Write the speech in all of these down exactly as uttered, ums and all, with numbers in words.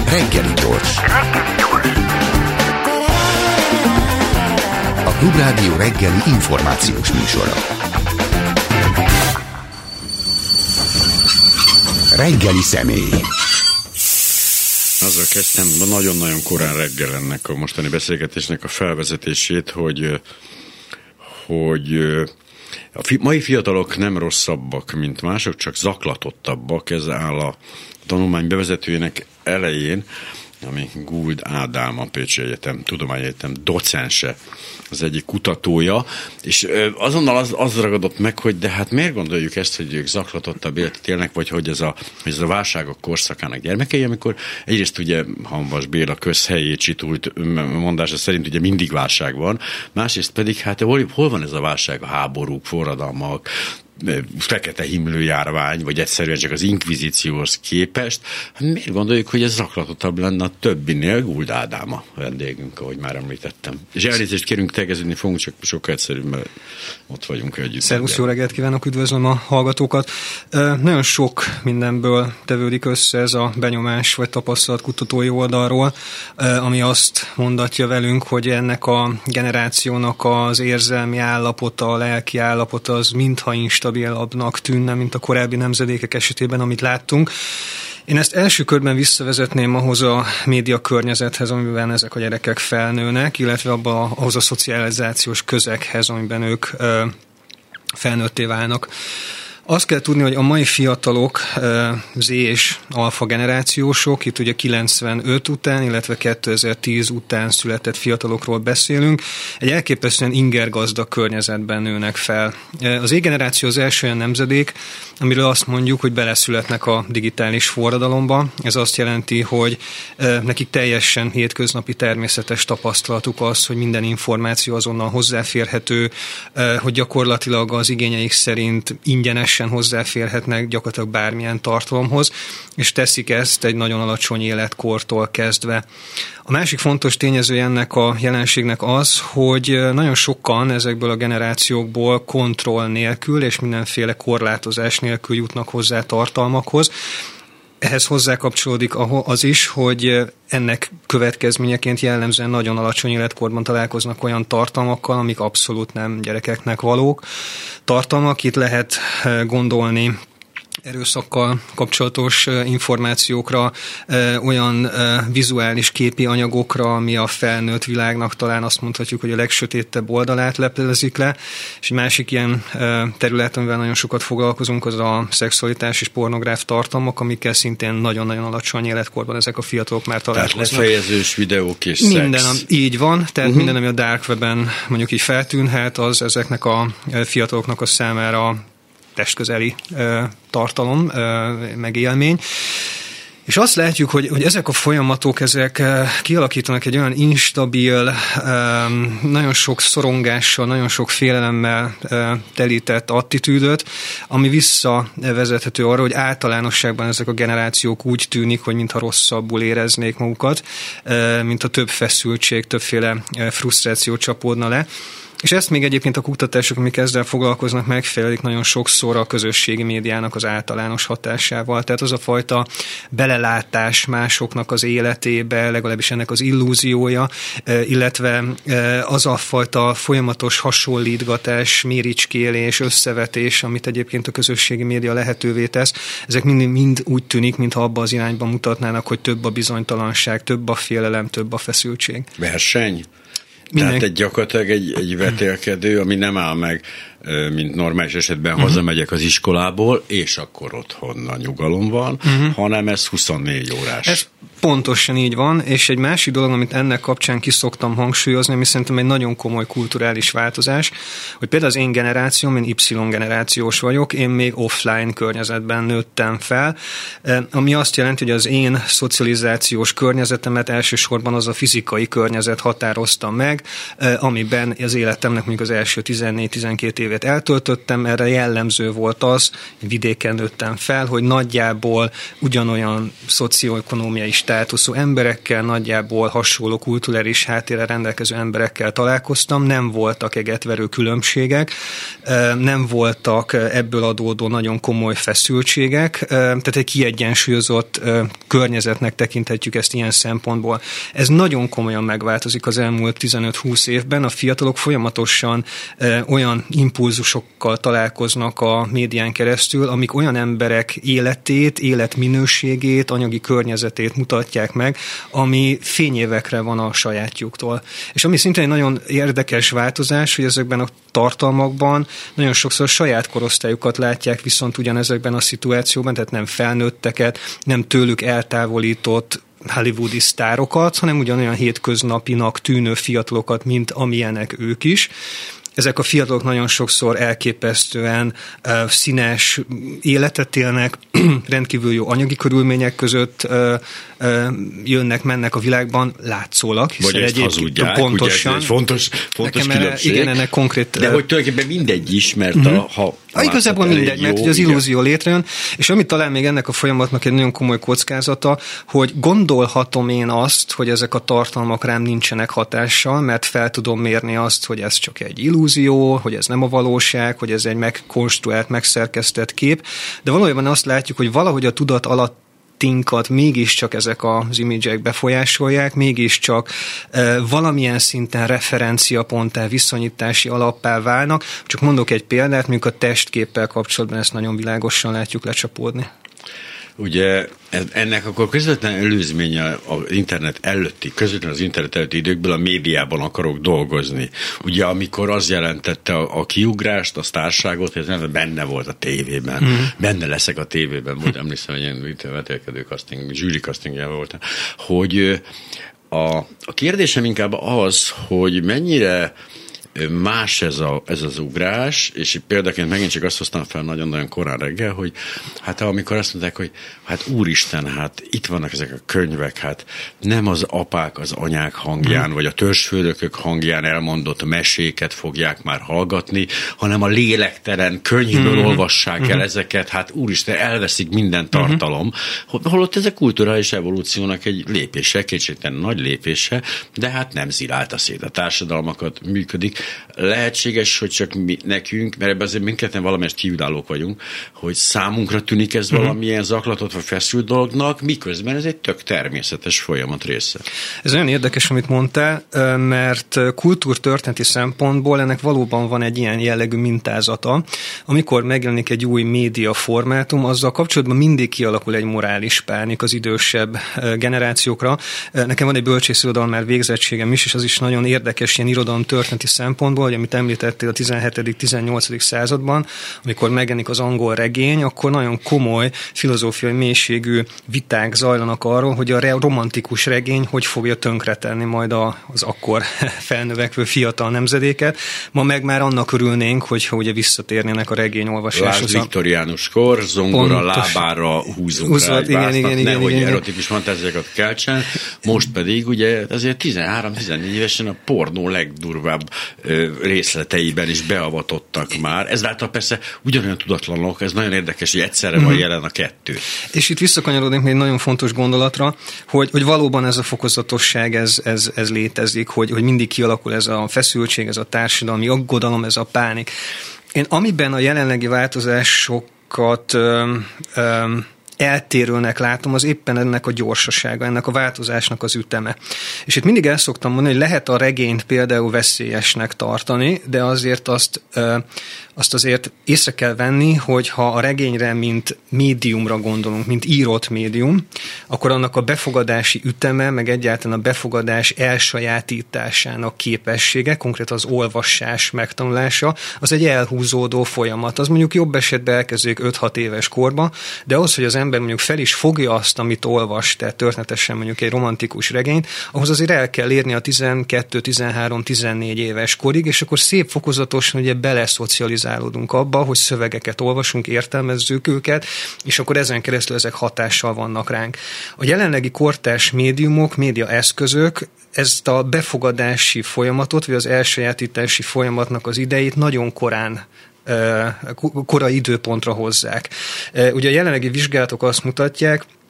Reggeli gyors. A Klubrádió reggeli információs műsora. Reggeli személy. Azzal kezdtem nagyon-nagyon korán reggel ennek a mostani beszélgetésnek a felvezetését, hogy, hogy a fi, mai fiatalok nem rosszabbak, mint mások, csak zaklatottabbak. Ez áll a tanulmány bevezetőjének elején, ami Gould Ádám, a Pécsi Egyetem, Tudományegyetem docense, az egyik kutatója, és azonnal az, az ragadott meg, hogy de hát miért gondoljuk ezt, hogy ők zaklatottabb életet élnek, vagy hogy ez a, hogy ez a válságok korszakának gyermekei, amikor egyrészt ugye Hamvas Béla közhelyét csitult mondása szerint ugye mindig válság van, másrészt pedig hát hol, hol van ez a válság, a háborúk, forradalmak, fekete himlő járvány, vagy egyszerűen csak az inkvizícióhoz képest, hát miért gondoljuk, hogy ez zaklatottabb lenne a többinél? Gould Ádám a vendégünk, ahogy már említettem. És elnézést kérünk, tegeződni fogunk, csak sokkal egyszerűbb, mert ott vagyunk együtt. Szervusz, jó reggelt kívánok, üdvözlöm a hallgatókat. Nagyon sok mindenből tevődik össze ez a benyomás vagy tapasztalat kutatói oldalról, ami azt mondatja velünk, hogy ennek a generációnak az érzelmi állapota, a lelki állapota az mintha instabil stabilabbnak tűnne, mint a korábbi nemzedékek esetében, amit láttunk. Én ezt első körben visszavezetném ahhoz a média környezethez, amiben ezek a gyerekek felnőnek, illetve abba, ahhoz a szocializációs közeghez, amiben ők ö, felnőtté válnak. Azt kell tudni, hogy a mai fiatalok, Z és alfa generációsok, itt ugye kilencvenöt után, illetve kétezer-tíz után született fiatalokról beszélünk, egy elképesztően ingergazdag környezetben nőnek fel. Az Z generáció az első olyan nemzedék, amiről azt mondjuk, hogy beleszületnek a digitális forradalomba. Ez azt jelenti, hogy nekik teljesen hétköznapi természetes tapasztalatuk az, hogy minden információ azonnal hozzáférhető, hogy gyakorlatilag az igényeik szerint ingyenes hozzáférhetnek gyakorlatilag bármilyen tartalomhoz, és teszik ezt egy nagyon alacsony életkortól kezdve. A másik fontos tényező ennek a jelenségnek az, hogy nagyon sokan ezekből a generációkból kontroll nélkül és mindenféle korlátozás nélkül jutnak hozzá tartalmakhoz. Ehhez hozzákapcsolódik az is, hogy ennek következményeként jellemzően nagyon alacsony életkorban találkoznak olyan tartalmakkal, amik abszolút nem gyerekeknek valók. Tartalmak, itt lehet gondolni erőszakkal kapcsolatos információkra, olyan vizuális képi anyagokra, ami a felnőtt világnak talán azt mondhatjuk, hogy a legsötétebb oldalát leplezik le, és egy másik ilyen terület, amivel nagyon sokat foglalkozunk, az a szexualitás és pornográf tartalmak, amikkel szintén nagyon-nagyon alacsony életkorban ezek a fiatalok már találkoznak. Tehát lefejezős videók és minden, szex. Így van, tehát uh-huh. minden, ami a dark webben mondjuk így feltűnhet, az ezeknek a fiataloknak a számára testközeli ö, tartalom, ö, meg élmény. És azt látjuk, hogy, hogy ezek a folyamatok, ezek kialakítanak egy olyan instabil, nagyon sok szorongással, nagyon sok félelemmel telített attitűdöt, ami visszavezethető arra, hogy általánosságban ezek a generációk úgy tűnik, hogy mintha rosszabbul éreznék magukat, mint a több feszültség, többféle frusztráció csapódna le. És ezt még egyébként a kutatások, amik ezzel foglalkoznak, megfelelik nagyon sokszor a közösségi médiának az általános hatásával. Tehát az a fajta belelátás másoknak az életébe, legalábbis ennek az illúziója, illetve az a fajta folyamatos hasonlítgatás, méricskélés, összevetés, amit egyébként a közösségi média lehetővé tesz, ezek mind, mind úgy tűnik, mintha abba az irányba mutatnának, hogy több a bizonytalanság, több a félelem, több a feszültség. Verseny? Minden... Tehát egy gyakorlatilag egy, egy vetélkedő, ami nem áll meg, mint normális esetben uh-huh. hazamegyek az iskolából, és akkor otthon a nyugalom van, uh-huh. hanem ez huszonnégy órás. Ez pontosan így van, és egy másik dolog, amit ennek kapcsán ki szoktam hangsúlyozni, ami szerintem egy nagyon komoly kulturális változás, hogy például az én generációm, én Y-generációs vagyok, én még offline környezetben nőttem fel, ami azt jelenti, hogy az én szocializációs környezetemet elsősorban az a fizikai környezet határozta meg, amiben az életemnek mondjuk az első tizennégy-tizenkét évet eltöltöttem, erre jellemző volt az, vidéken nőttem fel, hogy nagyjából ugyanolyan szocioekonomiai státuszú emberekkel, nagyjából hasonló kulturális háttérrel rendelkező emberekkel találkoztam, nem voltak egetverő különbségek, nem voltak ebből adódó nagyon komoly feszültségek, tehát egy kiegyensúlyozott környezetnek tekinthetjük ezt ilyen szempontból. Ez nagyon komolyan megváltozik az elmúlt tizenöt-húsz évben, a fiatalok folyamatosan olyan impulzusokkal találkoznak a médián keresztül, amik olyan emberek életét, életminőségét, anyagi környezetét mutatják meg, ami fényévekre van a sajátjuktól. És ami szintén egy nagyon érdekes változás, hogy ezekben a tartalmakban nagyon sokszor saját korosztályukat látják viszont ugyanezekben a szituációban, tehát nem felnőtteket, nem tőlük eltávolított hollywoodi sztárokat, hanem ugyanolyan hétköznapinak tűnő fiatalokat, mint amilyenek ők is. Ezek a fiatalok nagyon sokszor elképesztően uh, színes életet élnek, rendkívül jó anyagi körülmények között uh, uh, jönnek, mennek a világban látszólag. Vagy ezt hazudják, pontosan. Ugye ez egy fontos, fontos Nekem különbség. Igen, ennek konkrét... De hogy tulajdonképpen mindegy is, mert uh-huh. a, ha... Ha igazából mindegy, mert az illúzió létrejön, és amit talán még ennek a folyamatnak egy nagyon komoly kockázata, hogy gondolhatom én azt, hogy ezek a tartalmak rám nincsenek hatással, mert fel tudom mérni azt, hogy ez csak egy illúzió, hogy ez nem a valóság, hogy ez egy megkonstruált, megszerkesztett kép, de valójában azt látjuk, hogy valahogy a tudat alatt tinkat mégiscsak ezek az imidzsek befolyásolják, mégiscsak e, valamilyen szinten referenciaponttá, viszonyítási alappá válnak. Csak mondok egy példát, mondjuk a testképpel kapcsolatban ezt nagyon világosan látjuk lecsapódni. Ugye ennek akkor közvetlen előzménye az internet előtti, közvetlen az internet előtti időkből a médiában akarok dolgozni. Ugye amikor az jelentette a, a kiugrást, a sztárságot, ez nem benne volt a tévében, mm. benne leszek a tévében, most emlékszem, hogy ilyen vetélkedő casting, zsűri castingjában voltam, hogy a, a kérdésem inkább az, hogy mennyire más ez, a, ez az ugrás, és példaként megint csak azt hoztam fel nagyon-nagyon korán reggel, hogy hát amikor azt mondták, hogy hát úristen, hát itt vannak ezek a könyvek, hát nem az apák, az anyák hangján, mm. vagy a törzsfőnökök hangján elmondott meséket fogják már hallgatni, hanem a lélektelen könyvből mm. olvassák mm. el ezeket, hát úristen, elveszik minden tartalom, mm. holott ez a kulturális evolúciónak egy lépése, kétségtelen nagy lépése, de hát nem zilálta szét a társadalmakat, működik. Lehetséges, hogy csak mi, nekünk, mert ebben azért mindketten valamelyest kívülállók vagyunk, hogy számunkra tűnik ez uh-huh. valamilyen zaklatott vagy feszült dolognak, miközben ez egy tök természetes folyamat része. Ez olyan érdekes, amit mondtál, mert kultúrtörténeti szempontból ennek valóban van egy ilyen jellegű mintázata. Amikor megjelenik egy új média formátum, azzal kapcsolatban mindig kialakul egy morális pánik az idősebb generációkra. Nekem van egy bölcsészirodalmár végzettségem is, és az is nagyon érdekes ilyen irodalomtörténeti szempontból, hogy amit említettél a tizenhetedik-tizennyolcadik században, amikor megjelenik az angol regény, akkor nagyon komoly filozófiai mélységű viták zajlanak arról, hogy a romantikus regény hogy fogja tönkretenni majd az akkor felnövekvő fiatal nemzedéket. Ma meg már annak örülnénk, hogyha ugye visszatérnének a regényolvasáshoz. Lásd viktoriánus kor, zongora Pontos. Lábára húzunk Húzva, rá egy igen, igen, igen, nehogy igen, erotikus fantáziákat keltsen. Most pedig ugye azért tizenhárom-tizennégy évesen a pornó legdurvább részleteiben is beavatottak már. Ezáltal persze ugyanolyan tudatlanok, ez nagyon érdekes, hogy egyszerre mm-hmm. van jelen a kettő. És itt visszakanyarodnék még egy nagyon fontos gondolatra, hogy, hogy valóban ez a fokozatosság, ez, ez, ez létezik, hogy, hogy mindig kialakul ez a feszültség, ez a társadalmi aggodalom, ez a pánik. Én amiben a jelenlegi változásokat öm, öm, eltérőnek látom, az éppen ennek a gyorsasága, ennek a változásnak az üteme. És itt mindig el szoktam mondani, hogy lehet a regényt például veszélyesnek tartani, de azért azt, ö, azt azért észre kell venni, hogy ha a regényre, mint médiumra gondolunk, mint írott médium, akkor annak a befogadási üteme, meg egyáltalán a befogadás elsajátításának képessége, konkrétan az olvasás megtanulása, az egy elhúzódó folyamat. Az mondjuk jobb esetben elkezdődik öt-hat éves korban, de ahhoz, hogy az ember mondjuk fel is fogja azt, amit olvas, tehát történetesen mondjuk egy romantikus regényt, ahhoz azért el kell érni a tizenkettő, tizenhárom, tizennégy éves korig, és akkor szép fokozatosan ugye beleszocializálódunk abba, hogy szövegeket olvasunk, értelmezzük őket, és akkor ezen keresztül ezek hatással vannak ránk. A jelenlegi kortárs médiumok, média eszközök ezt a befogadási folyamatot, vagy az elsajátítási folyamatnak az idejét nagyon korán korai időpontra hozzák. Ugye a jelenlegi vizsgálatok azt mutatják,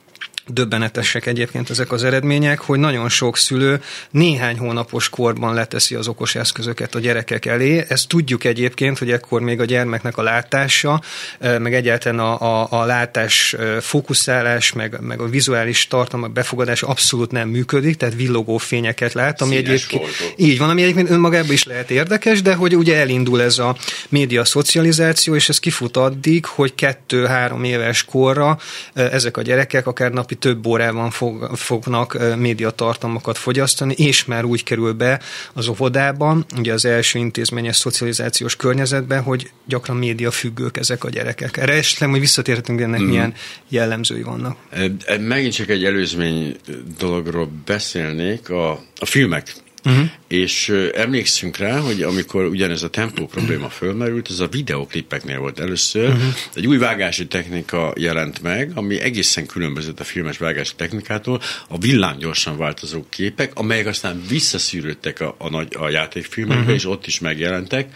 döbbenetesek egyébként ezek az eredmények, hogy nagyon sok szülő néhány hónapos korban leteszi az okos eszközöket a gyerekek elé. Ezt tudjuk egyébként, hogy ekkor még a gyermeknek a látása, meg egyáltalán a, a, a látás fókuszálás, meg, meg a vizuális tartalmak befogadása abszolút nem működik, tehát villogó fényeket lát, ami egyébként, így van, ami egyébként önmagában is lehet érdekes, de hogy ugye elindul ez a média szocializáció, és ez kifut addig, hogy kettő-három éves korra ezek a gyerekek akár napi több órában fog, fognak médiatartalmakat fogyasztani, és már úgy kerül be az óvodában, ugye az első intézményes szocializációs környezetben, hogy gyakran médiafüggők ezek a gyerekek. Erre esetleg majd visszatérhetünk, ennek mm. milyen jellemzői vannak. Megint csak egy előzmény dologról beszélnék, a, a filmek. Uh-huh. És uh, emlékszünk rá, hogy amikor ugyanez a tempó probléma fölmerült, ez a videoklipeknél volt először, uh-huh. egy új vágási technika jelent meg, ami egészen különbözött a filmes vágási technikától, a villámgyorsan változó képek, amelyek aztán visszaszűrődtek a, a, nagy, a játékfilmekbe, uh-huh. és ott is megjelentek,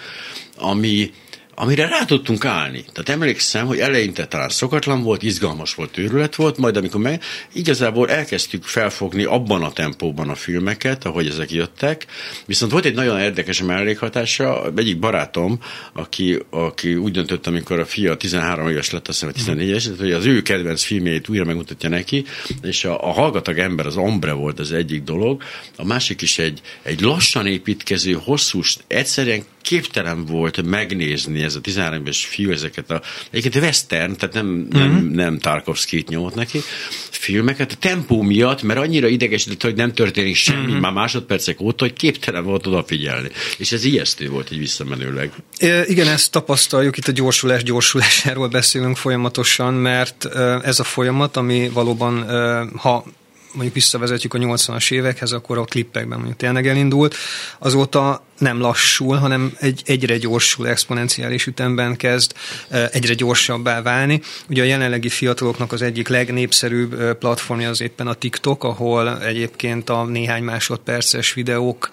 ami amire rá tudtunk állni. Tehát emlékszem, hogy eleinte talán szokatlan volt, izgalmas volt, őrület volt, majd amikor meg igazából elkezdtük felfogni abban a tempóban a filmeket, ahogy ezek jöttek, viszont volt egy nagyon érdekes mellékhatása, egyik barátom, aki, aki úgy döntött, amikor a fia tizenhárom éves lett, azt hiszem, tizennégy éves, hogy az ő kedvenc filmjeit újra megmutatja neki, és a, a Hallgatag ember, az Ombre volt az egyik dolog, a másik is egy, egy lassan építkező, hosszú, egyszerűen képtelen volt megnézni ez a tizenhárom éves fiú ezeket a, egyébként western, tehát nem, mm-hmm. nem, nem Tarkovskit nyomott neki, filmeket a tempó miatt, mert annyira idegesített, hogy nem történik semmi mm-hmm. már másodpercek óta, hogy képtelen volt odafigyelni. És ez ijesztő volt így visszamenőleg. É, igen, ezt tapasztaljuk, itt a gyorsulás gyorsulásáról beszélünk folyamatosan, mert ez a folyamat, ami valóban, ha mondjuk visszavezetjük a nyolcvanas évekhez, akkor a klippekben mondjuk tényleg elindult, azóta nem lassul, hanem egy egyre gyorsul, exponenciális ütemben kezd egyre gyorsabbá válni. Ugye a jelenlegi fiataloknak az egyik legnépszerűbb platformja az éppen a TikTok, ahol egyébként a néhány másodperces videók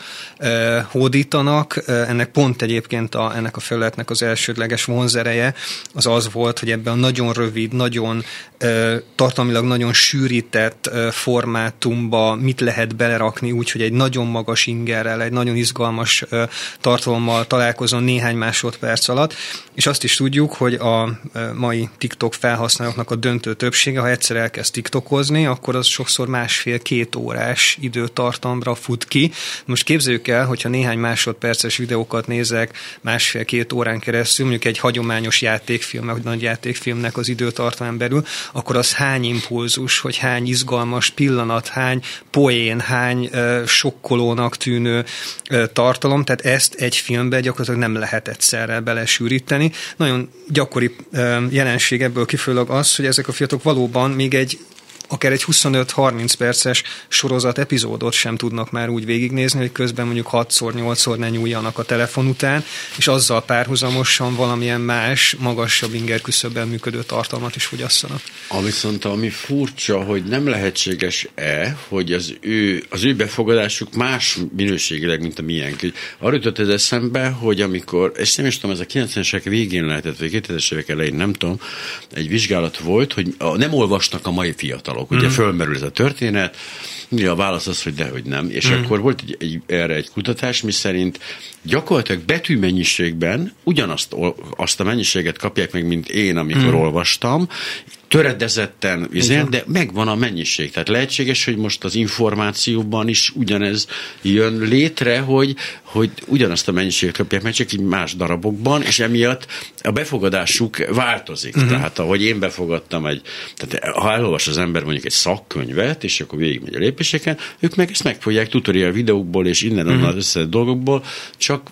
hódítanak. Ennek pont egyébként a, ennek a felületnek az elsődleges vonzereje az az volt, hogy ebben a nagyon rövid, nagyon tartalmilag nagyon sűrített formátumba mit lehet belerakni úgy, hogy egy nagyon magas ingerrel, egy nagyon izgalmas tartalommal találkozom néhány másodperc alatt, és azt is tudjuk, hogy a mai TikTok felhasználóknak a döntő többsége, ha egyszer elkezd TikTokozni, akkor az sokszor másfél-két órás időtartamra fut ki. Most képzeljük el, hogyha néhány másodperces videókat nézek másfél-két órán keresztül, mondjuk egy hagyományos játékfilm, vagy nagy játékfilmnek az időtartamán belül, akkor az hány impulzus, hogy hány izgalmas pillanat, hány poén, hány uh, sokkolónak tűnő uh, tartalom, tehát ezt egy filmbe gyakorlatilag nem lehet egyszerre belesűríteni. Nagyon gyakori uh, jelenség ebből kifolyólag az, hogy ezek a fiatalok valóban még egy akár egy huszonöt-harminc perces sorozat epizódot sem tudnak már úgy végignézni, hogy közben mondjuk hatszor-nyolcszor ne nyúljanak a telefon után, és azzal párhuzamosan valamilyen más, magasabb ingerküszöbben működő tartalmat is fogyasszanak. A viszont ami furcsa, hogy nem lehetséges-e, hogy az ő, az ő befogadásuk más minőségileg, mint a miénk. Arra jutott ez eszembe, hogy amikor, és nem is tudom, ez a kilencvenes évek végén lehetett, vagy kétezres évek elején, nem tudom, egy vizsgálat volt, hogy a, nem olvasnak a mai fiatalok. Ugye mm. fölmerül ez a történet, a válasz az, hogy dehogy nem. És mm. akkor volt egy, egy, erre egy kutatás, miszerint gyakorlatilag betűmennyiségben ugyanazt azt a mennyiséget kapják meg, mint én, amikor mm. olvastam, töredezetten, izén, de megvan a mennyiség. Tehát lehetséges, hogy most az információban is ugyanez jön létre, hogy, hogy ugyanazt a mennyiséget kapják meg, csak így más darabokban, és emiatt a befogadásuk változik. Uh-huh. Tehát ahogy én befogadtam egy, tehát ha elolvas az ember mondjuk egy szakkönyvet, és akkor végigmegy a lépéseken, ők meg ezt megfogják tutorial videókból, és innen-onnan uh-huh. az összes dolgokból, csak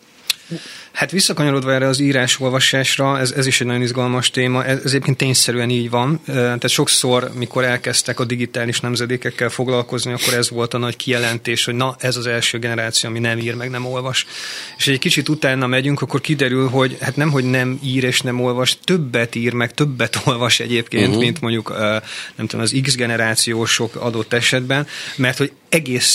Hát visszakanyarodva erre az írás-olvasásra, ez, ez is egy nagyon izgalmas téma, ez, ez egyébként tényszerűen így van. Tehát sokszor, mikor elkezdtek a digitális nemzedékekkel foglalkozni, akkor ez volt a nagy kijelentés, hogy na, ez az első generáció, ami nem ír, meg nem olvas. És egy kicsit utána megyünk, akkor kiderül, hogy hát nem, hogy nem ír és nem olvas, többet ír, meg többet olvas egyébként, uh-huh. mint mondjuk nem tudom, az X generációsok adott esetben, mert hogy egész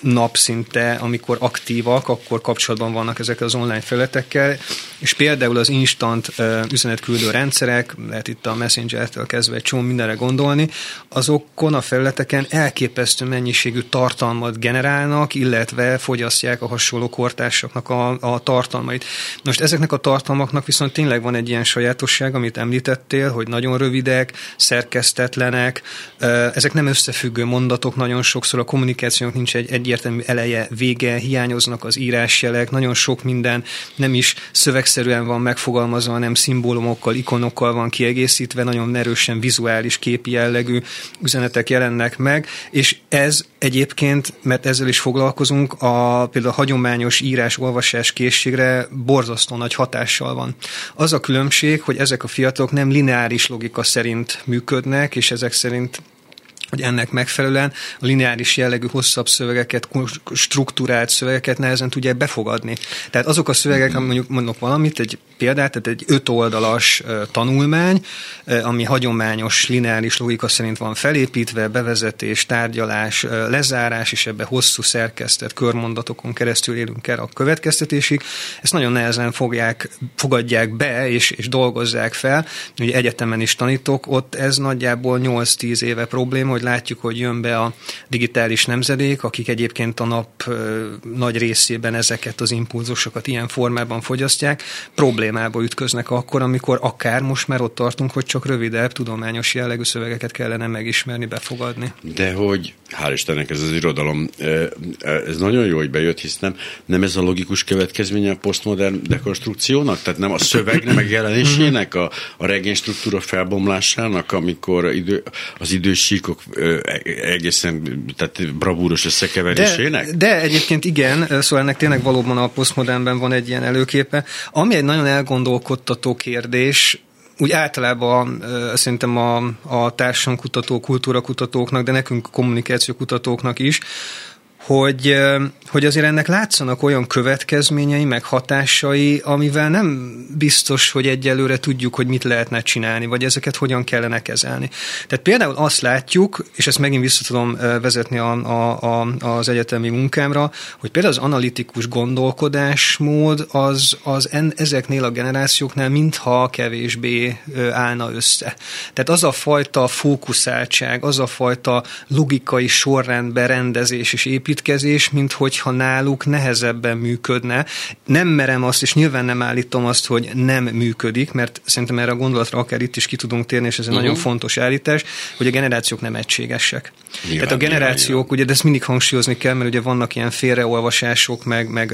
nap szinte, amikor aktívak, akkor kapcsolatban vannak ezekkel az online felületekkel, és például az instant üzenetküldő rendszerek, lehet itt a Messenger-től kezdve egy csomó mindenre gondolni, azokon a felületeken elképesztő mennyiségű tartalmat generálnak, illetve fogyasztják a hasonló kortársaknak a, a tartalmait. Most ezeknek a tartalmaknak viszont tényleg van egy ilyen sajátosság, amit említettél, hogy nagyon rövidek, szerkesztetlenek, ezek nem összefüggő mondatok, nagyon sokszor a kommunikációnak nincs egy egyértelmű eleje, vége, hiányoznak az írásjelek, nagyon sok minden nem is szövegszerűen van megfogalmazva, hanem szimbólumokkal, ikonokkal van kiegészítve, nagyon erősen vizuális, képi jellegű üzenetek jelennek meg, és ez egyébként, mert ezzel is foglalkozunk, a, például a hagyományos írás-olvasás készségre borzasztó nagy hatással van. Az a különbség, hogy ezek a fiatalok nem lineáris logika szerint működnek, és ezek szerint hogy ennek megfelelően a lineáris jellegű hosszabb szövegeket, struktúrált szövegeket nehezen tudják befogadni. Tehát azok a szövegek, mm-hmm. mondjuk mondok valamit, egy példát, tehát egy öt oldalas uh, tanulmány, uh, ami hagyományos lineáris logika szerint van felépítve, bevezetés, tárgyalás, uh, lezárás, és ebbe hosszú szerkesztett körmondatokon keresztül élünk el a következtetésig. Ezt nagyon nehezen fogják, fogadják be, és, és dolgozzák fel. Ugye egyetemen is tanítok, ott ez nagyjából nyolc-tíz éve probléma, hogy látjuk, hogy jön be a digitális nemzedék, akik egyébként a nap ö, nagy részében ezeket az impulzusokat ilyen formában fogyasztják, problémába ütköznek akkor, amikor akár most már ott tartunk, hogy csak rövidebb, tudományos jellegű szövegeket kellene megismerni, befogadni. De hogy, hál' Istennek ez az irodalom, ez nagyon jó, hogy bejött, hiszen nem ez a logikus következménye a posztmodern dekonstrukciónak? Tehát nem a szöveg megjelenésének, a, a regény struktúra felbomlásának, amikor idő, az idős síkok egészen tehát bravúros összekeverésének? De, de egyébként igen, szóval ennek tényleg valóban a posztmodernben van egy ilyen előképe. Ami egy nagyon elgondolkodtató kérdés, úgy általában szerintem a, a társadalomkutató, kultúrakutatóknak, de nekünk kommunikációkutatóknak is, hogy, hogy azért ennek látszanak olyan következményei, meg hatásai, amivel nem biztos, hogy egyelőre tudjuk, hogy mit lehetne csinálni, vagy ezeket hogyan kellene kezelni. Tehát például azt látjuk, és ezt megint vissza tudom vezetni a, a, a, az egyetemi munkámra, hogy például az analitikus gondolkodásmód az, az en, ezeknél a generációknál mintha kevésbé állna össze. Tehát az a fajta fókuszáltság, az a fajta logikai sorrendbe rendezés és építés, mint hogyha náluk nehezebben működne. Nem merem azt, és nyilván nem állítom azt, hogy nem működik, mert szerintem erre a gondolatra akár itt is ki tudunk térni, és ez egy uh-huh. nagyon fontos állítás, hogy a generációk nem egységesek. Nyilván, Tehát a generációk, nyilván. Ugye, de ezt mindig hangsúlyozni kell, mert ugye vannak ilyen félreolvasások, meg, meg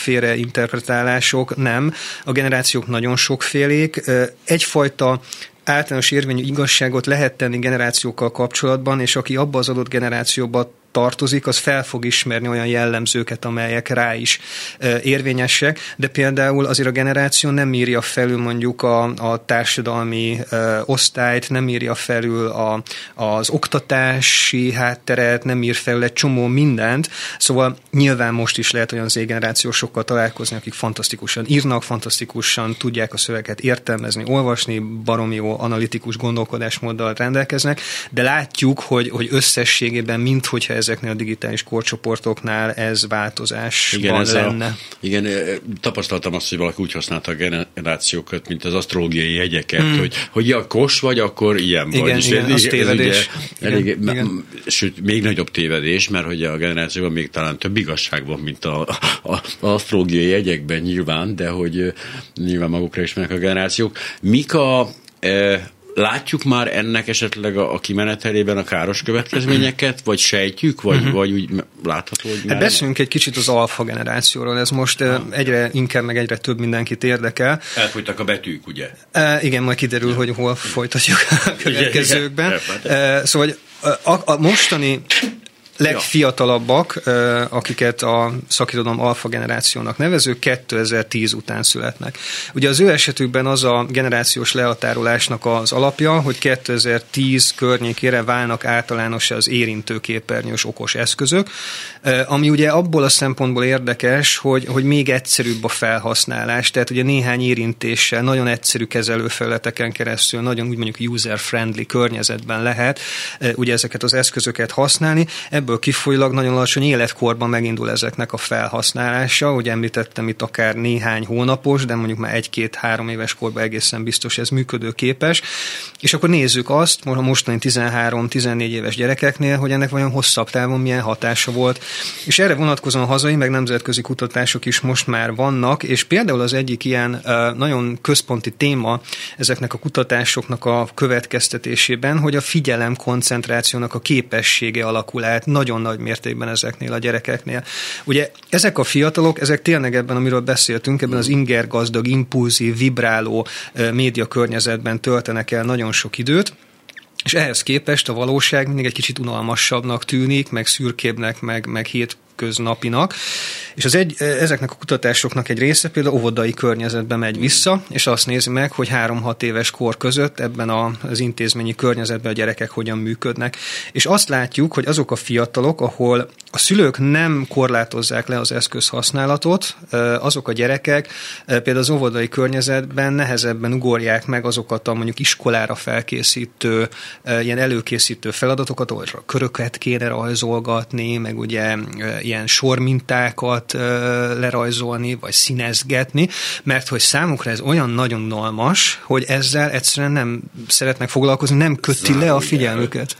félreinterpretálások, nem. A generációk nagyon sokfélék. Egyfajta általános érvényű igazságot lehet tenni generációkkal kapcsolatban, és aki abba az adott generációba tartozik, az fel fog ismerni olyan jellemzőket, amelyek rá is e, érvényesek, de például azért a generáció nem írja felül mondjuk a, a társadalmi e, osztályt, nem írja felül a, az oktatási hátteret, nem ír felül egy csomó mindent, szóval nyilván most is lehet olyan z-generációsokkal találkozni, akik fantasztikusan írnak, fantasztikusan tudják a szöveget értelmezni, olvasni, baromi jó analitikus gondolkodásmóddal rendelkeznek, de látjuk, hogy, hogy összességében minthogyha ezeknél a digitális korcsoportoknál ez változásban igen, ez lenne. A, igen, tapasztaltam azt, hogy valaki úgy használta a generációkat, mint az asztrológiai jegyeket, hmm. hogy, hogy ja, kos vagy, akkor ilyen igen, vagy. Igen, ez, az ez tévedés. Ugye, elég, igen, m- igen. Sőt, még nagyobb tévedés, mert hogy a generációban még talán több igazság van, mint a, a, a asztrológiai jegyekben nyilván, de hogy nyilván magukra ismernek a generációk. Mik a e, látjuk már ennek esetleg a, a kimenetelében a káros következményeket, vagy sejtjük, vagy, uh-huh. vagy úgy látható, hogy hát beszéljünk egy kicsit az alfa generációról, ez most uh, egyre inkább, meg egyre több mindenkit érdekel. Elfogytak a betűk, ugye? Uh, igen, majd kiderül, ja. hogy hol folytatjuk a következőkben. Uh, szóval a, a mostani legfiatalabbak, akiket a szakirodalom alfa generációnak nevező, kétezer-tíz után születnek. Ugye az ő esetükben az a generációs lehatárolásnak az alapja, hogy kétezer-tíz környékére válnak általános az érintőképernyős okos eszközök, ami ugye abból a szempontból érdekes, hogy, hogy még egyszerűbb a felhasználás, tehát ugye néhány érintéssel, nagyon egyszerű kezelőfelületeken keresztül, nagyon úgy mondjuk user-friendly környezetben lehet ugye ezeket az eszközöket használni. Ebből ebből kifolyólag nagyon alacsony életkorban megindul ezeknek a felhasználása. Ugye említettem itt akár néhány hónapos, de mondjuk már egy-két-három éves korban egészen biztos ez működőképes. És akkor nézzük azt, a mostani tizenhárom-tizennégy éves gyerekeknél, hogy ennek vajon hosszabb távon milyen hatása volt. És erre vonatkozóan hazai, meg nemzetközi kutatások is most már vannak, és például az egyik ilyen nagyon központi téma ezeknek a kutatásoknak a következtetésében, hogy a figyelem koncentrációnak a képessége alakul át nagyon nagy mértékben ezeknél a gyerekeknél. Ugye ezek a fiatalok, ezek tényleg ebben, amiről beszéltünk, ebben az ingergazdag, impulzív, vibráló média környezetben töltenek el nagyon sok időt, és ehhez képest a valóság mindig egy kicsit unalmasabbnak tűnik, meg szürkébbnek, meg, meg hétköznapinak. És az egy, ezeknek a kutatásoknak egy része például óvodai környezetben megy vissza, és azt nézi meg, hogy három-hat éves kor között ebben az intézményi környezetben a gyerekek hogyan működnek. És azt látjuk, hogy azok a fiatalok, ahol a szülők nem korlátozzák le az eszközhasználatot, azok a gyerekek például az óvodai környezetben nehezebben ugorják meg azokat a mondjuk iskolára felkészítő, ilyen előkészítő feladatokat, ahol köröket kéne rajzolgatni, meg ugye ilyen sormintákat lerajzolni, vagy színezgetni, mert hogy számukra ez olyan nagyon unalmas, hogy ezzel egyszerűen nem szeretnek foglalkozni, nem köti le a figyelmüket.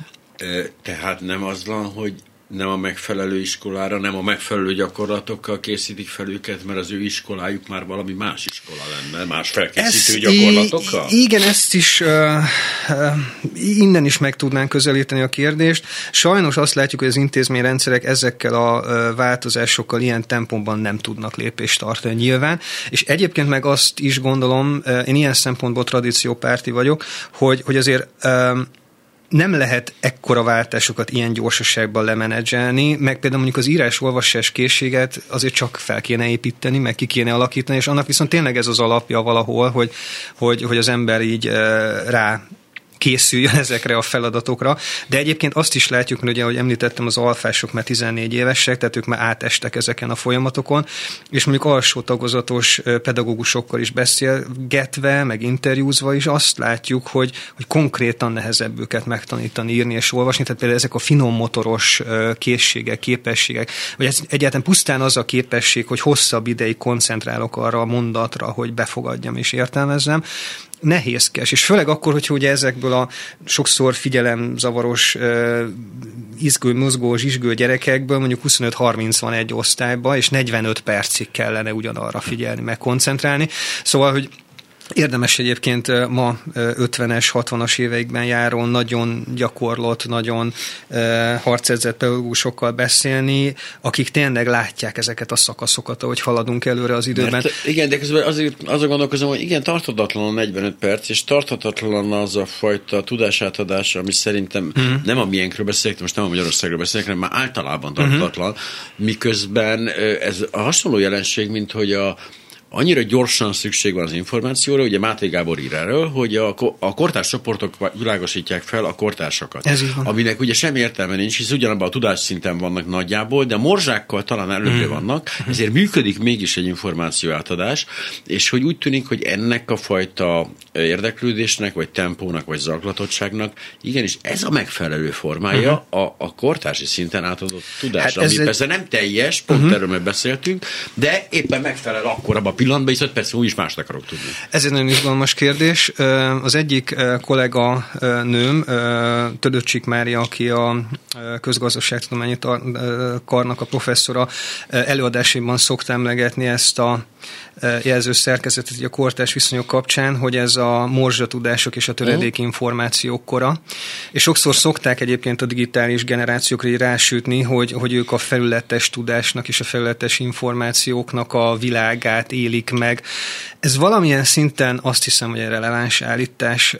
Tehát nem az van, hogy nem a megfelelő iskolára, nem a megfelelő gyakorlatokkal készítik fel őket, mert az ő iskolájuk már valami más iskola lenne, más felkészítő ez gyakorlatokkal? I- igen, ezt is uh, uh, innen is meg tudnánk közelíteni a kérdést. Sajnos azt látjuk, hogy az intézményrendszerek ezekkel a uh, változásokkal ilyen tempóban nem tudnak lépést tartani nyilván, és egyébként meg azt is gondolom, uh, én ilyen szempontból tradíciópárti vagyok, hogy, hogy azért uh, nem lehet ekkora váltásokat ilyen gyorsaságban lemenedzselni, meg például mondjuk az írás-olvasás készséget azért csak fel kéne építeni, meg ki kéne alakítani, és annak viszont tényleg ez az alapja valahol, hogy, hogy, hogy az ember így uh, rá készüljön ezekre a feladatokra, de egyébként azt is látjuk, hogy ugye, ahogy említettem, az alfások már tizennégy évesek, tehát ők már átestek ezeken a folyamatokon, és mondjuk alsó tagozatos pedagógusokkal is beszélgetve, meg interjúzva is azt látjuk, hogy, hogy konkrétan nehezebb őket megtanítani, írni és olvasni, tehát például ezek a finom motoros készségek, képességek, vagy ez egyáltalán pusztán az a képesség, hogy hosszabb ideig koncentrálok arra a mondatra, hogy befogadjam és értelmezzem, nehézkes, és főleg akkor, hogyha ugye ezekből a sokszor figyelemzavaros, uh, izgő, mozgó, zsizsgő gyerekekből mondjuk huszonöt-harminc van egy osztályba, és negyvenöt percig kellene ugyanarra figyelni, meg koncentrálni. Szóval, hogy érdemes egyébként ma ötvenes, hatvanas éveikben járó, nagyon gyakorlott, nagyon harcedzett pedagógusokkal beszélni, akik tényleg látják ezeket a szakaszokat, ahogy haladunk előre az időben. Mert, igen, de közben azért azon gondolkozom, hogy igen, tarthatatlan a negyvenöt perc, és tarthatatlan az a fajta tudásátadás, ami szerintem uh-huh. nem a miénkről beszélek, most nem a Magyarországról beszélek, hanem már általában tarthatatlan, uh-huh. miközben ez a hasonló jelenség, mint hogy a annyira gyorsan szükség van az információra, ugye Máté Gábor ír erről, hogy a, a kortárs csoportok világosítják fel a kortársakat. Aminek ugye semmi értelme nincs, hisz ugyanabban a tudásszinten vannak nagyjából, de morzsákkal talán előbbre vannak, ezért működik mégis egy információ átadás, és hogy úgy tűnik, hogy ennek a fajta érdeklődésnek, vagy tempónak, vagy zaklatottságnak igenis ez a megfelelő formája uh-huh. a, a kortársi szinten átadott tudás, hát ami egy... persze nem teljes, pont uh-huh. erről meg beszéltünk, de éppen megfelel akkor abban pillanatban, viszont persze úgy is mást akarok tudni. Ez egy nagyon izgalmas kérdés. Az egyik kollega nőm, Tödöcsik Mária, aki a közgazdaságtudományi karnak a professzora, előadásában szokta emlegetni ezt a jelző szerkezetet a kortárs viszonyok kapcsán, hogy ez a morzsatudások és a töredék információk kora. És sokszor szokták egyébként a digitális generációkra így rásütni, hogy, hogy ők a felületes tudásnak és a felületes információknak a világát élik meg. Ez valamilyen szinten azt hiszem, hogy egy releváns állítás.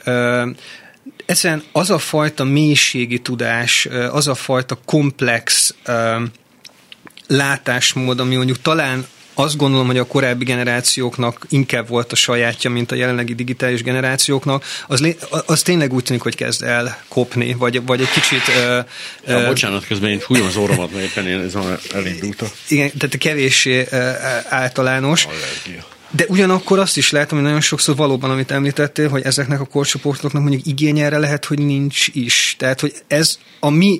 Egyszerűen az a fajta mélységi tudás, az a fajta komplex látásmód, ami mondjuk talán azt gondolom, hogy a korábbi generációknak inkább volt a sajátja, mint a jelenlegi digitális generációknak, az, az tényleg úgy tűnik, hogy kezd el kopni, vagy, vagy egy kicsit... Uh, ja, uh, bocsánat, közben én fújom az orromat, mert éppen ez elindult. Igen, tehát kevéssé uh, általános. Allergia. De ugyanakkor azt is látom, hogy nagyon sokszor valóban, amit említettél, hogy ezeknek a korcsoportoknak mondjuk igénye erre lehet, hogy nincs is. Tehát, hogy ez a mi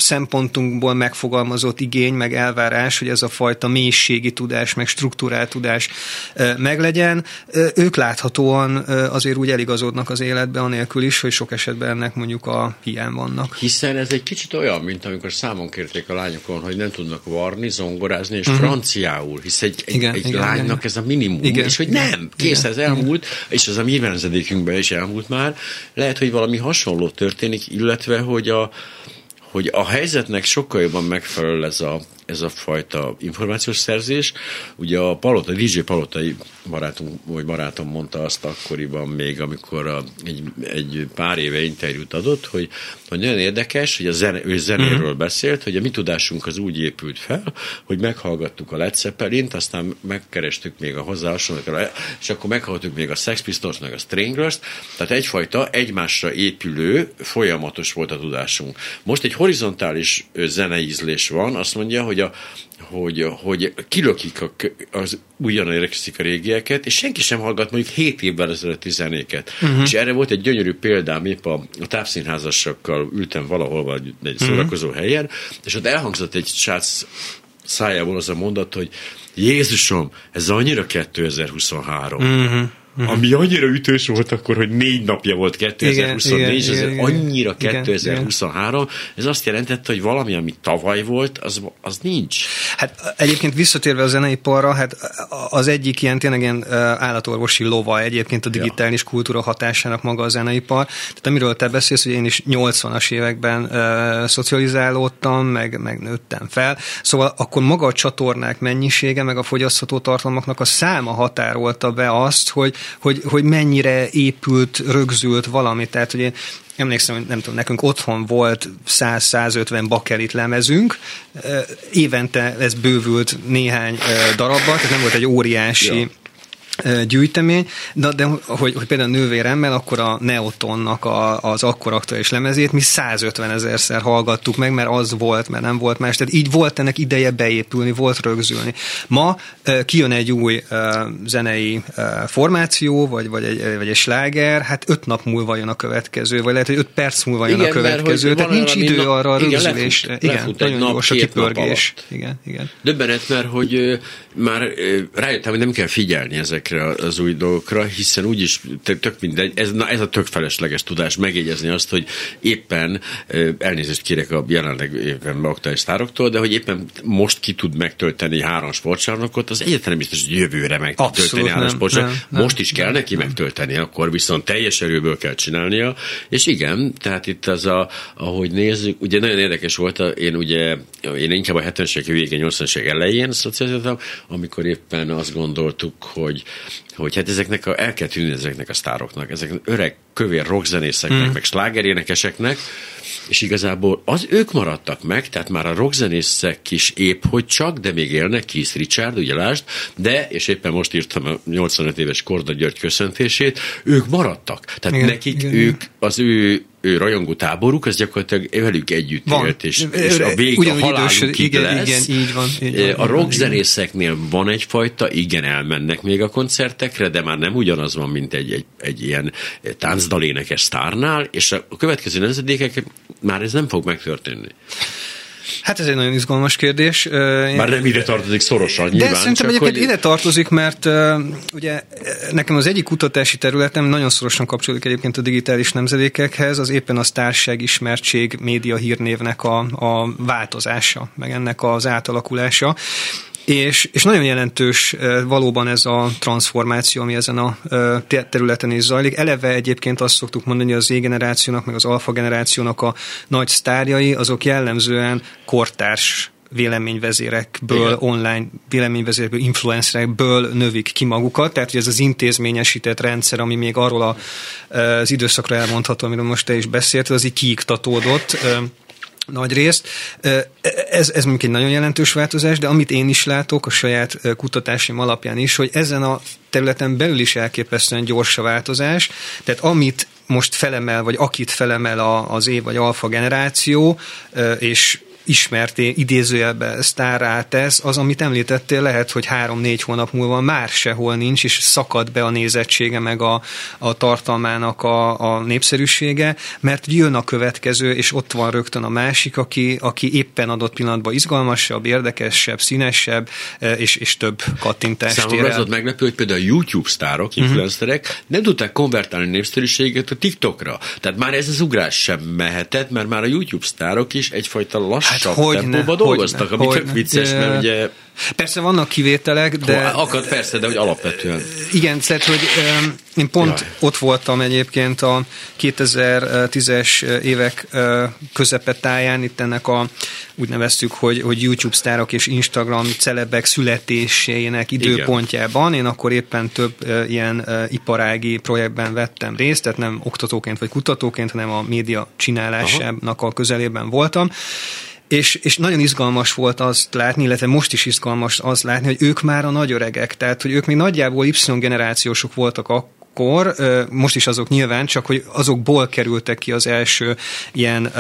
szempontunkból megfogalmazott igény, meg elvárás, hogy ez a fajta mélységi tudás, meg struktúrált tudás meglegyen. Ők láthatóan azért úgy eligazodnak az életbe, anélkül is, hogy sok esetben ennek mondjuk a hiány vannak. Hiszen ez egy kicsit olyan, mint amikor számon kérték a lányokon, hogy nem tudnak varni, zongorázni, és uh-huh. franciául, hisz egy, egy, igen, egy igen, lánynak igen. ez a minimum, igen, és hogy igen, nem, kész, igen, ez elmúlt, igen. és az a mi nemzedékünkben is elmúlt már. Lehet, hogy valami hasonló történik, illetve, hogy a, hogy a helyzetnek sokkal jobban megfelel ez a, ez a fajta információs szerzés. Ugye a Palota, dé dzsé Palotai barátunk, vagy barátom mondta azt akkoriban még, amikor a, egy, egy pár éve interjút adott, hogy, hogy nagyon érdekes, hogy a zene, ő zenéről uh-huh. beszélt, hogy a mi tudásunk az úgy épült fel, hogy meghallgattuk a Led Zeppelint, aztán megkerestük még a hozzá hasonlókat, és akkor meghallgattuk még a Sex Pistols, meg a Stranglers, tehát egyfajta egymásra épülő, folyamatos volt a tudásunk. Most egy horizontális zeneízlés van, azt mondja, hogy a hogy, hogy kilökik a, az újonnan érekszik a régieket, és senki sem hallgat mondjuk hét évvel ezelőtti zenéket. Uh-huh. És erre volt egy gyönyörű példám, épp a, a távszínházasokkal ültem valahol vagy egy szórakozó uh-huh. helyen, és ott elhangzott egy srác szájából az a mondat, hogy Jézusom, ez annyira kétezer-huszonhárom. Uh-huh. Uh-huh. Ami annyira ütős volt akkor, hogy négy napja volt kétezer-huszonnégy, igen, ez igen, annyira igen, kétezer-huszonhárom, ez azt jelentette, hogy valami, ami tavaly volt, az, az nincs. Hát egyébként visszatérve a zeneiparra, hát az egyik ilyen tényleg ilyen állatorvosi lova egyébként a digitális ja. kultúra hatásának maga a zeneipar. Tehát amiről te beszélsz, hogy én is nyolcvanas években uh, szocializálódtam, meg, meg nőttem fel. Szóval akkor maga a csatornák mennyisége, meg a fogyasztható tartalmaknak a száma határolta be azt, hogy Hogy, hogy mennyire épült, rögzült valami. Tehát, hogy én emlékszem, hogy nem tudom, nekünk otthon volt száz-százötven bakelit lemezünk, évente ez bővült néhány darabba, tehát nem volt egy óriási ja. gyűjtemény, de, de hogy, hogy például a nővéremmel akkor a Neotonnak a, az akkor aktuális lemezét mi százötven ezerszer hallgattuk meg, mert az volt, mert nem volt más. Tehát így volt ennek ideje beépülni, volt rögzülni. Ma kijön egy új zenei formáció, vagy, vagy, egy, vagy egy sláger, hát öt nap múlva jön a következő, vagy lehet, hogy öt perc múlva jön igen, a következő. Mert, tehát nincs idő na, arra a rögzülésre. Igen, lefut, igen nagyon gyors a kipörgés. Igen, igen. Döbbenet, mert hogy már rájöttem, hogy nem kell figyelni ezekre az új dolgokra, hiszen úgyis tök mindegy, ez, na, ez a tök felesleges tudás megjegyezni azt, hogy éppen elnézést kérek a jelenleg éppen aktuális sztároktól, de hogy éppen most ki tud megtölteni három sportcsarnokot, az egyetlen biztos, hogy jövőre meg tud tölteni három sportcsarnokot. Most is kell neki nem. megtölteni, akkor viszont teljes erőből kell csinálnia, és igen, tehát itt az a, ahogy nézzük, ugye nagyon érdekes volt, én ugye, én inkább a hetvenes évek végén, nyolcvanas évek elején szocializáltam, amikor éppen azt gondoltuk, hogy hogy hát ezeknek a, el kell tűnni ezeknek a sztároknak, ezeknek öreg, kövér rockzenészeknek, hmm. meg slágerénekeseknek, és igazából az ők maradtak meg, tehát már a rockzenészek is épp, hogy csak, de még élnek, Keith Richard, ugye lásd, de, és éppen most írtam a nyolcvanöt éves Korda György köszöntését, ők maradtak. Tehát igen, nekik igen, ők, az ő ő rajongó táboruk, az gyakorlatilag velük együtt van. Élt, és, és a vég a halálukig lesz. Igen, így van, így van, a rockzenészeknél van egyfajta, igen, elmennek még a koncertekre, de már nem ugyanaz van, mint egy, egy, egy ilyen táncdalénekes sztárnál, és a következő nemzedékek már ez nem fog megtörténni. Hát ez egy nagyon izgalmas kérdés. Bár nem ide tartozik szorosan, nyilván. De szerintem csak egyébként hogy... ide tartozik, mert uh, ugye nekem az egyik kutatási területem nagyon szorosan kapcsolódik egyébként a digitális nemzedékekhez, az éppen a sztárság, ismertség, média hírnévnek a, a változása, meg ennek az átalakulása. És, és nagyon jelentős valóban ez a transformáció, ami ezen a területen is zajlik. Eleve egyébként azt szoktuk mondani, hogy az Z-generációnak, meg az alfa generációnak a nagy sztárjai, azok jellemzően kortárs véleményvezérekből, igen. online véleményvezérekből, influencerekből növik ki magukat, tehát hogy ez az intézményesített rendszer, ami még arról a, az időszakra elmondható, amiről most te is beszéltél, az így kiiktatódott nagy részt. Ez, ez mondjuk egy nagyon jelentős változás, de amit én is látok a saját kutatásim alapján is, hogy ezen a területen belül is elképesztően gyors a változás, tehát amit most felemel, vagy akit felemel az év vagy alfa generáció, és ismerté, idézőjelbe sztárrá tesz, az, amit említettél, lehet, hogy három-négy hónap múlva már sehol nincs, és szakad be a nézettsége, meg a, a tartalmának a, a népszerűsége, mert jön a következő, és ott van rögtön a másik, aki, aki éppen adott pillanatban izgalmasabb, érdekesebb, színesebb, és, és több kattintást ér el. Számomra az ott meglepő, hogy például a YouTube sztárok, influencerek uh-huh. nem tudták konvertálni népszerűséget a TikTokra. Tehát már ez az ugrás sem mehetett, mert már a YouTube sztárok is egyfajta lassabb hát tempóban dolgoztak, ami tök vicces, mert ugye... Persze vannak kivételek, de... Akad persze, de hogy alapvetően... Igen, szóval, hogy um, én pont Jaj. ott voltam egyébként a kétezer-tízes évek uh, közepetáján, itt ennek a, úgy neveztük, hogy, hogy YouTube sztárok és Instagram celebek születésének időpontjában. Én akkor éppen több uh, ilyen uh, iparági projektben vettem részt, tehát nem oktatóként vagy kutatóként, hanem a média csinálásának a közelében voltam. És, és nagyon izgalmas volt azt látni, illetve most is izgalmas azt látni, hogy ők már a nagy öregek, tehát hogy ők még nagyjából Y-generációsok voltak akkor, most is azok nyilván, csak hogy azokból kerültek ki az első ilyen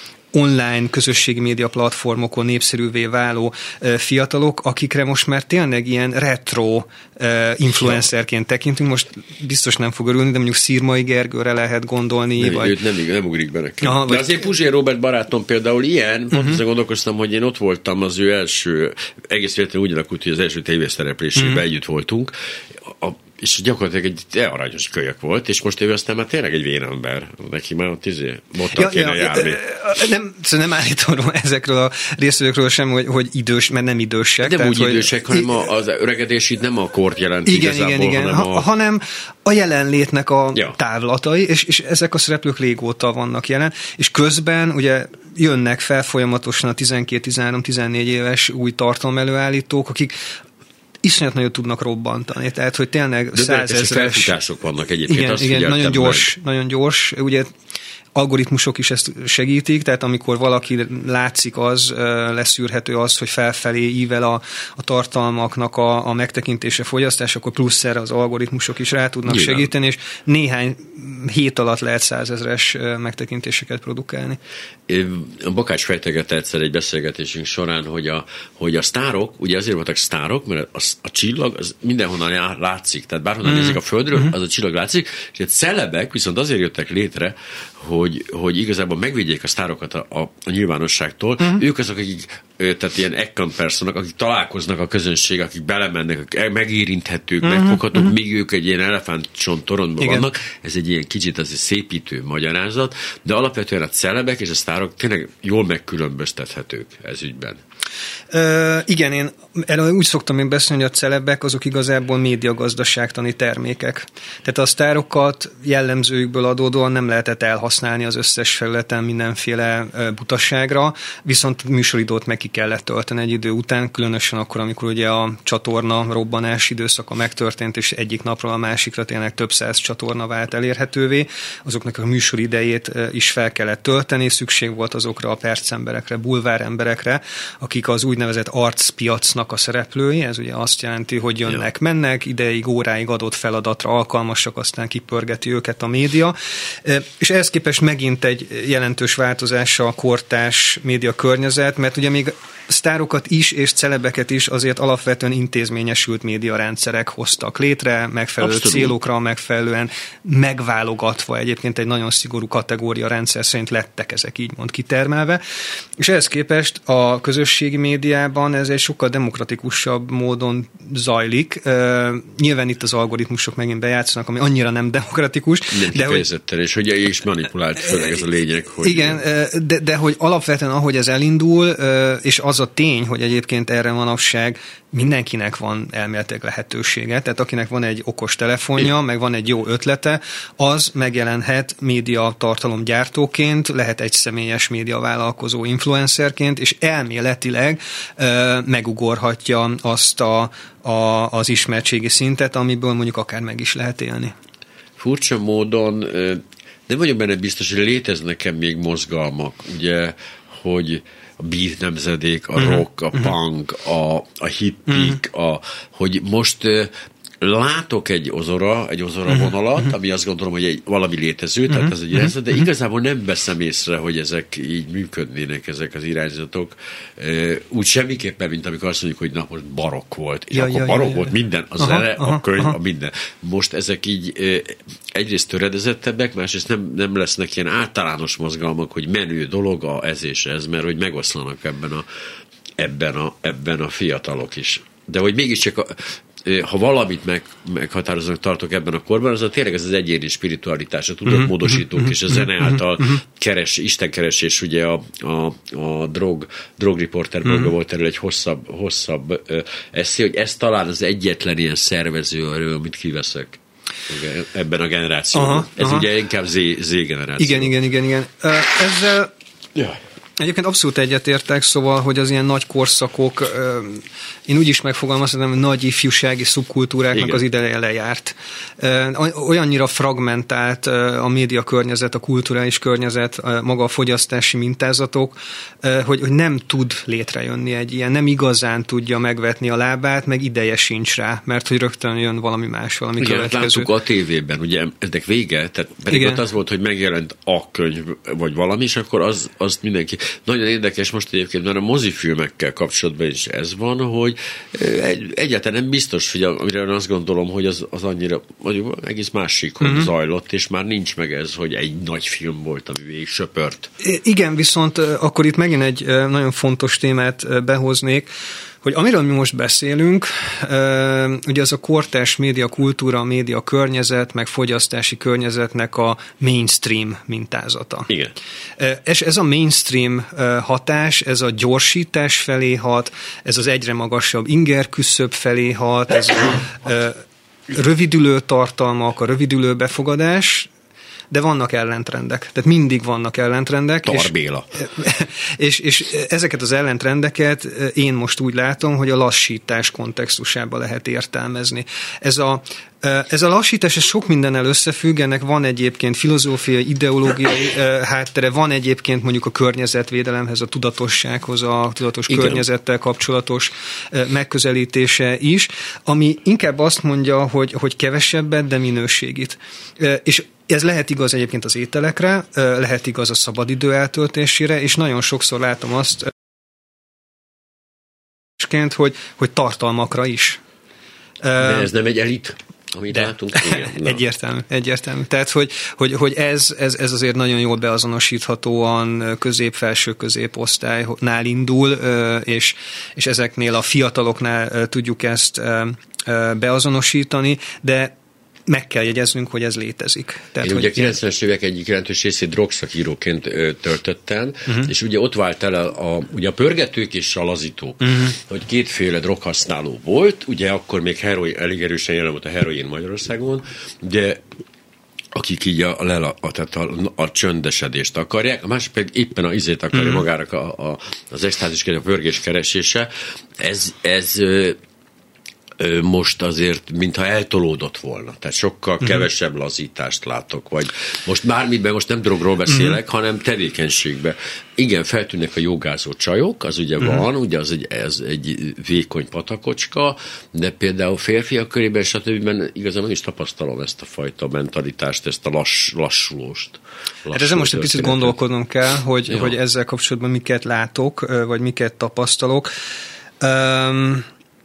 online közösségi média platformokon népszerűvé váló uh, fiatalok, akikre most már tényleg ilyen retro uh, influencerként tekintünk. Most biztos nem fog örülni, de mondjuk Szirmai Gergőre lehet gondolni. Nem, vagy... őt nem, nem ugrik be nekem. Aha, de vagy... azért Puzsér Róbert barátom például ilyen, uh-huh. pont azon gondolkoztam, hogy én ott voltam az ő első, egész véletlenül úgy alakult, hogy az első tévészereplésében uh-huh. együtt voltunk, a és gyakorlatilag egy aranyos kölyök volt, és most ő aztán már tényleg egy vénember. Neki már ott izé, bottal ja, kéne ja, járni. Nem, szóval nem állítom ezekről a részvevőkről sem, hogy, hogy idős, mert nem idősek. Nem tehát, úgy hogy, idősek, hanem az öregedés itt nem a kort jelent igen, igazából, igen, igen. hanem ha, a... hanem a jelenlétnek a ja. távlatai, és, és ezek a szereplők régóta vannak jelen, és közben ugye jönnek fel folyamatosan a tizenkét, tizenhárom, tizennégy éves új tartalomelőállítók, akik iszonyat nagyot tudnak robbantani, tehát hogy tényleg százezres... felfutások vannak egyébként, igen, azt igen, nagyon gyors, meg. nagyon gyors, ugye algoritmusok is ezt segítik, tehát amikor valaki látszik az, leszűrhető az, hogy felfelé ível a, a tartalmaknak a, a megtekintése, fogyasztás, akkor plusz erre az algoritmusok is rá tudnak igen. segíteni, és néhány hét alatt lehet százezres megtekintéseket produkálni. A Bakács fejtegette egyszer egy beszélgetésünk során, hogy a, hogy a sztárok, ugye azért voltak sztárok, mert a, a csillag az mindenhonnan látszik, tehát bárhonnan mm. nézik a földről, mm. az a csillag látszik, és a celebek viszont azért jöttek létre, hogy, hogy igazából megvédjék a sztárokat a, a, a nyilvánosságtól. Mm. Ők azok, akik, tehát ilyen account personok, akik találkoznak a közönség, akik belemennek, megérinthetők, mm. megfoghatók, mm. míg ők egy ilyen elefántcsontoronyban vannak. Ez egy ilyen kicsit az egy szépítő magyarázat, de alapvetően a celebek és a sztárok tényleg jól megkülönböztethetők ez ügyben. Uh, igen, én erről úgy szoktam én beszélni, hogy a celebek azok igazából médiagazdaságtani termékek. Tehát a sztárokat jellemzőjükből adódóan nem lehetett elhasználni az összes felületen mindenféle uh, butaságra, viszont műsoridót meg ki kellett tölteni egy idő után, különösen akkor, amikor ugye a csatorna robbanás időszaka megtörtént, és egyik napról a másikra tényleg több száz csatorna vált elérhetővé, azoknak a műsoridejét uh, is fel kellett tölteni, szükség volt azokra a percemberekre, bulváremberekre, akik az úgynevezett arcpiacnak a szereplői, ez ugye azt jelenti, hogy jönnek, ja. mennek, ideig, óráig adott feladatra alkalmasak, aztán kipörgeti őket a média, és ehhez képest megint egy jelentős változás a kortárs média környezet, mert ugye még sztárokat is és celebeket is azért alapvetően intézményesült médiarendszerek hoztak létre, megfelelő Abszolút. célokra, megfelelően megválogatva, egyébként egy nagyon szigorú kategória rendszer szerint lettek ezek így mond kitermelve, és ehhez képest a közösségi médiában ez egy sokkal demokratikusabb módon zajlik. Uh, nyilván itt az algoritmusok megint bejátszanak, ami annyira nem demokratikus. Nem de hogy, és hogy is manipulált, főleg ez a lényeg. Hogy igen, de, de hogy alapvetően ahogy ez elindul, és az a tény, hogy egyébként erre manapság mindenkinek van elméletileg lehetősége, tehát akinek van egy okos telefonja, igen. meg van egy jó ötlete, az megjelenhet média tartalomgyártóként, lehet egy személyes médiavállalkozó influencerként, és elméletileg uh, megugorhatja azt a, a, az ismertségi szintet, amiből mondjuk akár meg is lehet élni. Furcsa módon nem vagyok benne biztos, hogy léteznek-e még mozgalmak, ugye, hogy a beat nemzedék, a rock, a punk, a, a hippik, uh-huh. a, hogy most látok egy ozora, egy ozora vonalat, ami azt gondolom, hogy egy, valami létező, tehát ez egy irányzat, de igazából nem veszem észre, hogy ezek így működnének, ezek az irányzatok. Úgy semmiképpen, mint amikor azt mondjuk, hogy na, most barokk volt. És ja, akkor ja, barokk ja, volt ja. minden, a zene, a könyv, a minden. Most ezek így egyrészt töredezettebbek, másrészt nem, nem lesznek ilyen általános mozgalmak, hogy menő dolog a ez és ez, mert hogy megoszlanak ebben a, ebben a, ebben a fiatalok is. De hogy mégiscsak a, ha valamit meg, meghatározónak tartok ebben a korban, az a tényleg ez az egyéni spiritualitás, a tudatmódosítók uh-huh. és a zene által uh-huh. keres, istenkeresés, ugye a, a, a drog, drogriporter blogban uh-huh. volt erről egy hosszabb, hosszabb eszé, hogy ez talán az egyetlen ilyen szervező, amit kiveszek ebben a generációban. Aha, ez aha. ugye inkább Z, Z generáció. Igen, igen, igen, igen. Ezzel ja. Egyébként abszolút egyetértek, szóval, hogy az ilyen nagy korszakok, én úgy is megfogalmazhatom, hogy nagy ifjúsági szubkultúráknak igen. az ideje lejárt. Olyannyira fragmentált a média környezet, a kulturális környezet, maga a fogyasztási mintázatok, hogy, hogy nem tud létrejönni egy ilyen, nem igazán tudja megvetni a lábát, meg ideje sincs rá, mert hogy rögtön jön valami más, valami igen, következő. Láttuk a tévében, ugye ennek vége, tehát pedig igen. ott az volt, hogy megjelent a könyv, vagy valami, és akkor az, azt mindenki. Nagyon érdekes most egyébként, mert a mozifilmekkel kapcsolatban is ez van, hogy egy, egyáltalán nem biztos, hogy amire azt gondolom, hogy az, az annyira egész másikon uh-huh. zajlott, és már nincs meg ez, hogy egy nagy film volt, ami végig söpört. Igen, viszont akkor itt megint egy nagyon fontos témát behoznék, hogy amiről mi most beszélünk, ugye az a kortárs média kultúra, média környezet, meg fogyasztási környezetnek a mainstream mintázata. Igen. És ez a mainstream hatás, ez a gyorsítás felé hat, ez az egyre magasabb inger küszöb felé hat, ez a rövidülő tartalmak, a rövidülő befogadás, de vannak ellentrendek. Tehát mindig vannak ellentrendek. Tarbéla. És, és, és ezeket az ellentrendeket én most úgy látom, hogy a lassítás kontextusában lehet értelmezni. Ez a, ez a lassítás, ez sok mindennel összefügg, ennek van egyébként filozófiai, ideológiai háttere, van egyébként mondjuk a környezetvédelemhez, a tudatossághoz, a tudatos igen. környezettel kapcsolatos megközelítése is, ami inkább azt mondja, hogy, hogy kevesebbet, de minőségit. És ez lehet igaz egyébként az ételekre, lehet igaz a szabadidő eltöltésére, és nagyon sokszor látom azt, hogy, hogy tartalmakra is. De ez nem egy elit, amit de. látunk? Igen, egyértelmű, egyértelmű. Tehát, hogy, hogy, hogy ez, ez, ez azért nagyon jól beazonosíthatóan közép-felső középosztálynál indul, és, és ezeknél a fiataloknál tudjuk ezt beazonosítani, de meg kell jegyeznünk, hogy ez létezik. Tehát, Én hogy ugye a kilencvenes évek egyik jelentős részét drogszakíróként töltöttem, uh-huh. és ugye ott vált el a, a, ugye a pörgetők és a lazítók, uh-huh. hogy kétféle droghasználó volt, ugye akkor még heroin, elég erősen jelen volt a heroin Magyarországon, de akik így a, a, a, tehát a, a csöndesedést akarják, a másik pedig éppen a izét akarja uh-huh. magának a, a, az extázis, a pörgés keresése. Ez, ez most azért, mintha eltolódott volna. Tehát sokkal uh-huh. kevesebb lazítást látok, vagy most bármiben, most nem drogról beszélek, uh-huh. hanem tevékenységben. Igen, feltűnnek a jogázó csajok, az ugye uh-huh. van, ugye az egy, ez egy vékony patakocska, de például férfiak körében, stb. Igazán nem is tapasztalom ezt a fajta mentalitást, ezt a lass, lassulóst. Hát ezzel most egy picit gondolkodnom kell, hogy, ja. hogy ezzel kapcsolatban miket látok, vagy miket tapasztalok. Um,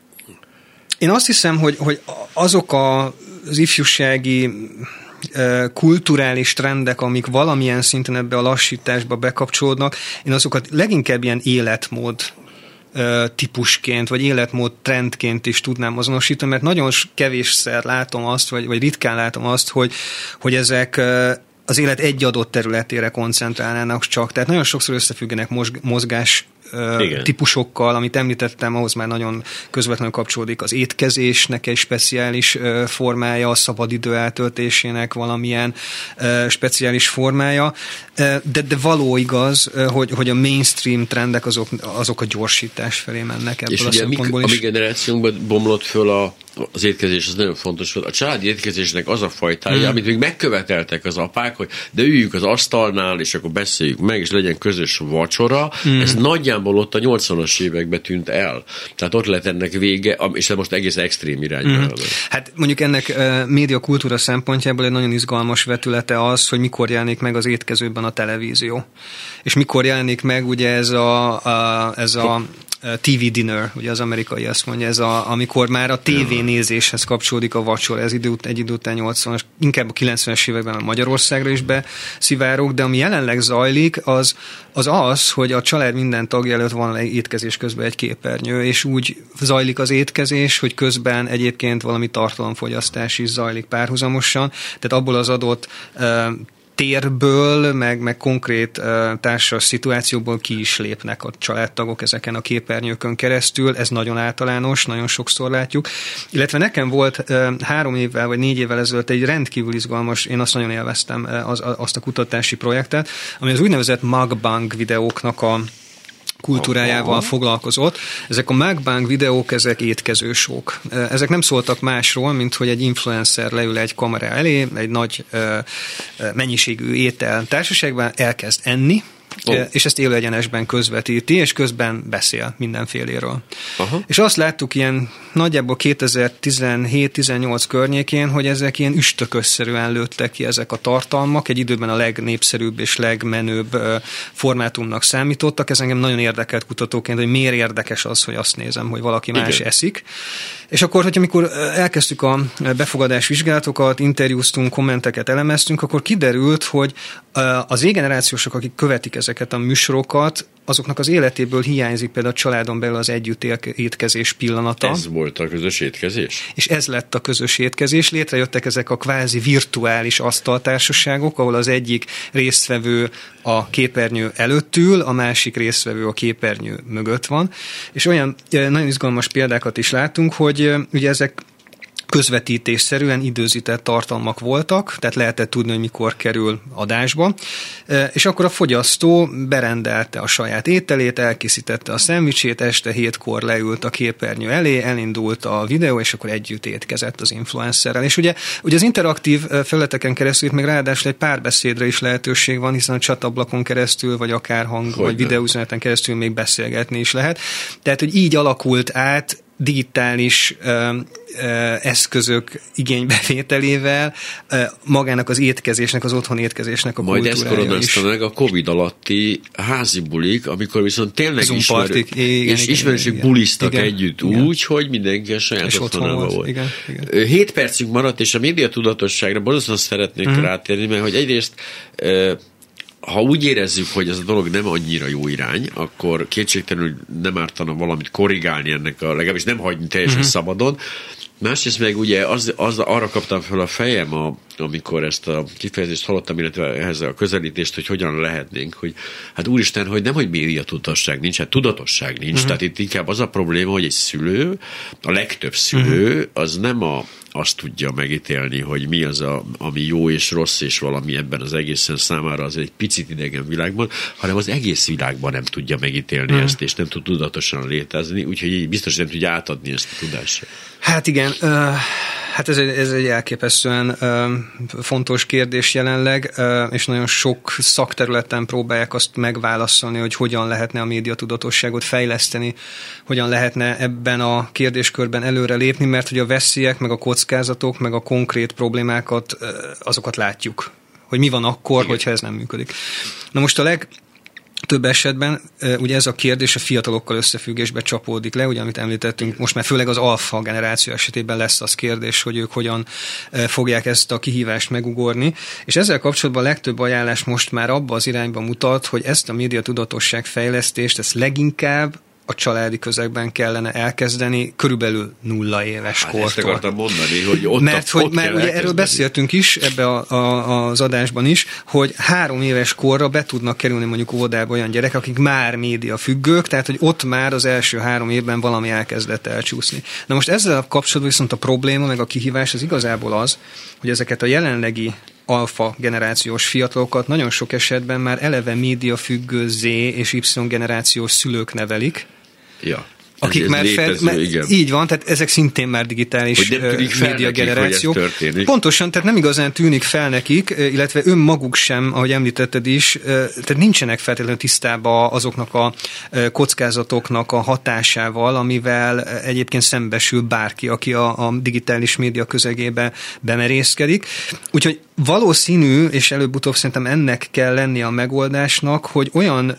Én azt hiszem, hogy, hogy azok az ifjúsági kulturális trendek, amik valamilyen szinten ebbe a lassításba bekapcsolódnak, én azokat leginkább ilyen életmód típusként, vagy életmód trendként is tudnám azonosítani, mert nagyon kevésszer látom azt, vagy, vagy ritkán látom azt, hogy, hogy ezek az élet egy adott területére koncentrálnának csak. Tehát nagyon sokszor összefüggenek mozgás igen. típusokkal, amit említettem, ahhoz már nagyon közvetlenül kapcsolódik az étkezésnek egy speciális formája, a szabadidő eltöltésének valamilyen speciális formája, de, de való igaz, hogy, hogy a mainstream trendek azok, azok a gyorsítás felé mennek ebből és a ugye szempontból mik, is. a mi generációnkban bomlott föl a az étkezés az nagyon fontos volt. A családi étkezésnek az a fajtája, mm. amit még megköveteltek az apák, hogy de üljünk az asztalnál, és akkor beszéljük meg, és legyen közös vacsora. Mm. Ez nagyjából ott a nyolcvanas években tűnt el. Tehát ott lett ennek vége, és most egész extrém irányba. Mm. Hát mondjuk ennek uh, médiakultúra szempontjából egy nagyon izgalmas vetülete az, hogy mikor jelenik meg az étkezőben a televízió. És mikor jelenik meg ugye ez a, a, ez a té vé dinner, ugye az amerikai azt mondja, ez a, amikor már a tévénézéshez kapcsolódik a vacsora, ez idő, egy idő után nyolcvanas, inkább a kilencvenes években a Magyarországra is beszivárog, de ami jelenleg zajlik, az, az az, hogy a család minden tagja előtt van étkezés közben egy képernyő, és úgy zajlik az étkezés, hogy közben egyébként valami tartalomfogyasztás is zajlik párhuzamosan, tehát abból az adott uh, térből, meg, meg konkrét uh, társas szituációkból ki is lépnek a családtagok ezeken a képernyőkön keresztül. Ez nagyon általános, nagyon sokszor látjuk. Illetve nekem volt uh, három évvel vagy négy évvel ezelőtt egy rendkívül izgalmas, én azt nagyon élveztem, uh, az, azt a kutatási projektet, ami az úgynevezett mukbang videóknak a kultúrájával foglalkozott. Ezek a mukbang videók, ezek étkezősók. Ezek nem szóltak másról, mint hogy egy influencer leül egy kamera elé, egy nagy mennyiségű étel társaságban, elkezd enni, Oh. és ezt élő egyenesben közvetíti, és közben beszél mindenféléről. Aha. És azt láttuk ilyen nagyjából kétezer-tizenhét tizennyolc környékén, hogy ezek ilyen üstökösszerűen lőttek ki ezek a tartalmak, egy időben a legnépszerűbb és legmenőbb formátumnak számítottak. Ez engem nagyon érdekelt kutatóként, hogy miért érdekes az, hogy azt nézem, hogy valaki más Igen. eszik. És akkor, hogy amikor elkezdtük a befogadás vizsgálatokat, interjúztunk, kommenteket elemeztünk, akkor kiderült, hogy az Z-generációsok, akik követik ezeket a műsorokat, azoknak az életéből hiányzik például a családon belül az együtt étkezés pillanata. Ez volt a közös étkezés? És ez lett a közös étkezés. Létrejöttek ezek a kvázi virtuális asztaltársaságok, ahol az egyik résztvevő a képernyő előtt ül, a másik résztvevő a képernyő mögött van. És olyan nagyon izgalmas példákat is látunk, hogy ugye ezek közvetítésszerűen időzített tartalmak voltak, tehát lehetett tudni, hogy mikor kerül adásba, és akkor a fogyasztó berendelte a saját ételét, elkészítette a szendvicsét, este hétkor leült a képernyő elé, elindult a videó, és akkor együtt étkezett az influencerrel. És ugye, ugye az interaktív felületeken keresztül itt még ráadásul egy párbeszédre is lehetőség van, hiszen a csatablakon keresztül, vagy akár hang, hogy vagy videóüzeneten keresztül még beszélgetni is lehet. Tehát, hogy így alakult át digitális ö, ö, eszközök igénybevételével ö, magának az étkezésnek, az otthon étkezésnek a Majd kultúrája is. Majd ezt koronázta meg a Covid alatti házi bulik, amikor viszont tényleg ismerők, és ismerőség buliztak igen, együtt igen. úgy, hogy mindenki a saját otthonában volt. Igen, igen. Hét percünk maradt, és a médiatudatosságra borzasztóan szeretnék uh-huh. rátérni, mert hogy egyrészt ö, ha úgy érezzük, hogy ez a dolog nem annyira jó irány, akkor kétségtelenül nem ártana valamit korrigálni ennek, a, legalábbis nem hagyni teljesen uh-huh. szabadon. Másrészt meg ugye az, az, arra kaptam fel a fejem, a, amikor ezt a kifejezést hallottam, illetve ehhez a közelítést, hogy hogyan lehetnénk, hogy hát úristen, hogy nem, hogy médiatudatosság nincs, hát tudatosság nincs, uh-huh. tehát itt inkább az a probléma, hogy egy szülő, a legtöbb szülő, uh-huh. az nem a azt tudja megítélni, hogy mi az, a, ami jó és rossz, és valami ebben az egészen számára az egy picit idegen világban, hanem az egész világban nem tudja megítélni hmm. ezt, és nem tud tudatosan létezni, úgyhogy így biztos nem tudja átadni ezt a tudást. Hát igen, uh, hát ez egy, ez egy elképesztően uh, fontos kérdés jelenleg, uh, és nagyon sok szakterületen próbálják azt megválaszolni, hogy hogyan lehetne a médiatudatosságot fejleszteni, hogyan lehetne ebben a kérdéskörben előre lépni, mert hogy a veszélyek, meg a kockázatok, meg a konkrét problémákat, uh, azokat látjuk. Hogy mi van akkor, igen. hogyha ez nem működik. Na most a leg több esetben ugye ez a kérdés a fiatalokkal összefüggésbe csapódik le, ugye amit említettünk, most már főleg az alfa generáció esetében lesz az kérdés, hogy ők hogyan fogják ezt a kihívást megugorni, és ezzel kapcsolatban a legtöbb ajánlás most már abba az irányba mutat, hogy ezt a médiatudatosság fejlesztést, ezt leginkább a családi közegben kellene elkezdeni körülbelül nulla éves hát kortól. Ezt akartam mondani, hogy ott Mert a, hogy ott már ugye erről beszéltünk is ebbe a, a, az adásban is, hogy három éves korra be tudnak kerülni mondjuk óvodába olyan gyerekek, akik már média függők, tehát hogy ott már az első három évben valami elkezdett elcsúszni. Na most ezzel a kapcsolatban viszont a probléma, meg a kihívás az igazából az, hogy ezeket a jelenlegi alfa generációs fiatalokat nagyon sok esetben már eleve média függő Z és Y generációs szülők nevelik, ja. akik ez már fel, létező, mert így van, tehát ezek szintén már digitális média generációk. Pontosan, tehát nem igazán tűnik fel nekik, illetve önmaguk sem, ahogy említetted is, tehát nincsenek feltétlenül tisztában azoknak a kockázatoknak a hatásával, amivel egyébként szembesül bárki, aki a, a digitális média közegébe bemerészkedik. Úgyhogy valószínű, és előbb-utóbb szerintem ennek kell lennie a megoldásnak, hogy olyan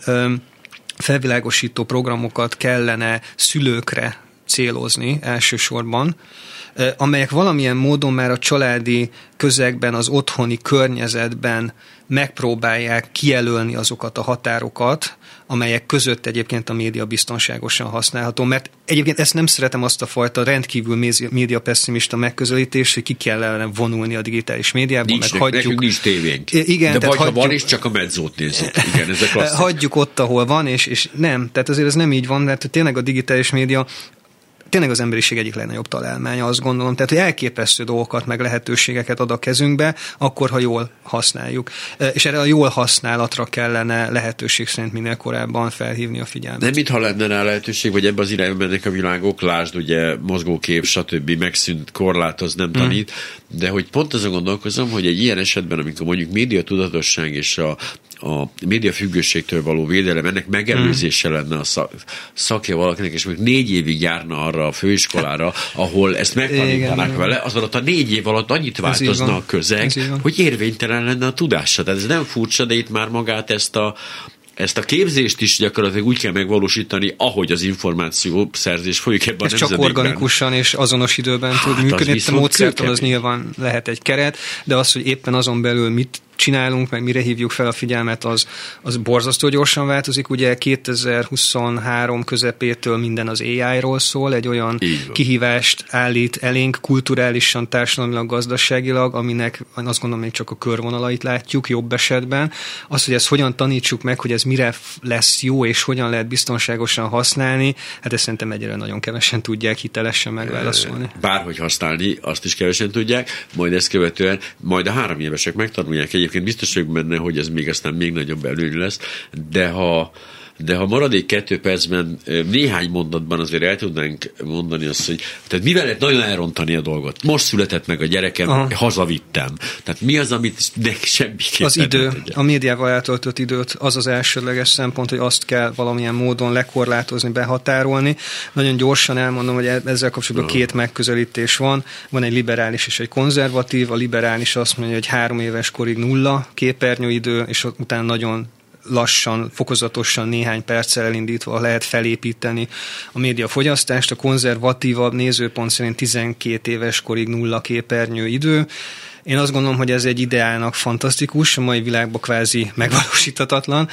felvilágosító programokat kellene szülőkre célozni elsősorban, amelyek valamilyen módon már a családi közegben, az otthoni környezetben megpróbálják kijelölni azokat a határokat, amelyek között egyébként a média biztonságosan használható. Mert egyébként ezt nem szeretem, azt a fajta rendkívül média pessimista megközelítést, hogy ki kellene vonulni a digitális médiából, nincs, meg hagyjuk. Nekünk nincs tévénk. Igen, de vagy hagyjuk, ha van is, csak a medzót nézzük. Igen, ez a klasszik. Hagyjuk ott, ahol van, és, és nem. Tehát azért ez nem így van, mert tényleg a digitális média tényleg az emberiség egyik legnagyobb találmánya, azt gondolom. Tehát, hogy elképesztő dolgokat, meg lehetőségeket ad a kezünkbe, akkor, ha jól használjuk. És erre a jól használatra kellene lehetőség szerint minél korábban felhívni a figyelmet. Nem mintha lenne rá lehetőség, vagy ebbe az irányba mennek a világok, lásd, ugye mozgókép, stb. Megszűnt, korlátoz, nem tanít, mm. de hogy pont azon gondolkozom, hogy egy ilyen esetben, amikor mondjuk média tudatosság és a a média függőségtől való védelem, ennek megelőzése hmm. lenne a szakja valakinek, és még négy évig járna arra a főiskolára, ahol ezt megtanítanák vele, az alatt a négy év alatt annyit változna a közeg, hogy érvénytelen lenne a tudása. Tehát ez nem furcsa, de itt már magát ezt a Ezt a képzést is gyakorlatilag úgy kell megvalósítani, ahogy az információ szerzés folyik ebben ez a csak organikusan és azonos időben hát, tud működni. A módszertan az nyilván lehet egy keret, de az, hogy éppen azon belül mit csinálunk, meg mire hívjuk fel a figyelmet, az, az borzasztó gyorsan változik. Ugye kétezer-huszonhárom közepétől minden az á í-ról szól, egy olyan kihívást állít elénk kulturálisan, társadalmilag, gazdaságilag, aminek azt gondolom még csak a körvonalait látjuk jobb esetben. Az, hogy ezt hogyan tanítsuk meg, hogy ez mire lesz jó, és hogyan lehet biztonságosan használni, hát ezt szerintem egyre nagyon kevesen tudják hitelesen megválaszolni. Bárhogy használni, azt is kevesen tudják, majd ezt követően, majd a három évesek megtanulják. Egyébként biztos vagyok benne, hogy ez még aztán még nagyobb előny lesz, de ha, de ha maradék kettő percben néhány mondatban azért el tudnánk mondani azt, hogy tehát mivel lehet nagyon elrontani a dolgot. Most született meg a gyerekem, aha. hazavittem. Tehát mi az, amit semmiképpen az idő, a médiával eltöltött időt, az az elsődleges szempont, hogy azt kell valamilyen módon lekorlátozni, behatárolni. Nagyon gyorsan elmondom, hogy ezzel kapcsolatban aha. két megközelítés van. Van egy liberális és egy konzervatív. A liberális azt mondja, hogy három éves korig nulla képernyőidő, és utána nagyon lassan, fokozatosan néhány perccel elindítva lehet felépíteni a médiafogyasztást. A konzervatívabb nézőpont szerint tizenkét éves korig nulla képernyő idő. Én azt gondolom, hogy ez egy ideálnak fantasztikus, a mai világban kvázi megvalósíthatatlan.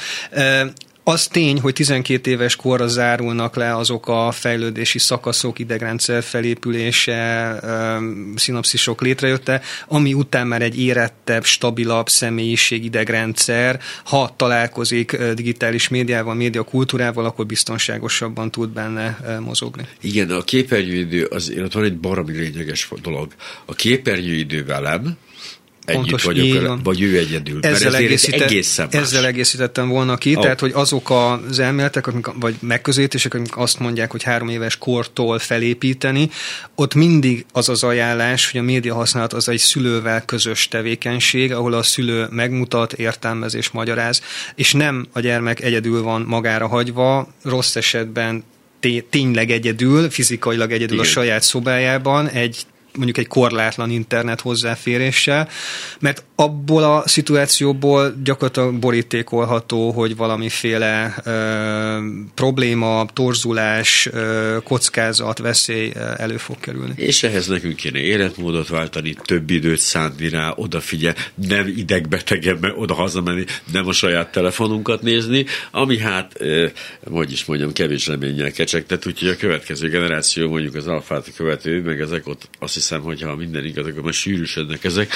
Az tény, hogy tizenkét éves korra zárulnak le azok a fejlődési szakaszok, idegrendszer felépülése, szinapszisok létrejötte, ami után már egy érettebb, stabilabb személyiség, idegrendszer, ha találkozik digitális médiával, médiakultúrával, akkor biztonságosabban tud benne mozogni. Igen, a képernyőidő, azért ott van egy baromi lényeges dolog. A képernyőidő velem, Pontos, együtt vagyok, vagy ő egyedül. Ezzel, mert egészített, egészen más. ezzel egészítettem volna ki, oh. tehát, hogy azok az elméletek, amik, vagy megközelítések, amik azt mondják, hogy három éves kortól felépíteni, ott mindig az az ajánlás, hogy a média használat az egy szülővel közös tevékenység, ahol a szülő megmutat, értelmez és magyaráz, és nem a gyermek egyedül van magára hagyva, rossz esetben tényleg egyedül, fizikailag egyedül igen. a saját szobájában, egy mondjuk egy korlátlan internet hozzáféréssel, mert abból a szituációból gyakorlatilag borítékolható, hogy valamiféle ö, probléma, torzulás, ö, kockázat, veszély elő fog kerülni. És ehhez nekünk kéne életmódot váltani, több időt szánni rá, odafigyel, nem idegbetegebb, oda hazamenni, nem a saját telefonunkat nézni, ami hát, ö, hogy is mondjam, kevés reménnyel kecsegtet, úgyhogy a következő generáció, mondjuk az alfát követő, meg ezek ott azt hiszem, hogyha minden igaz, akkor már sűrűsödnek ezek.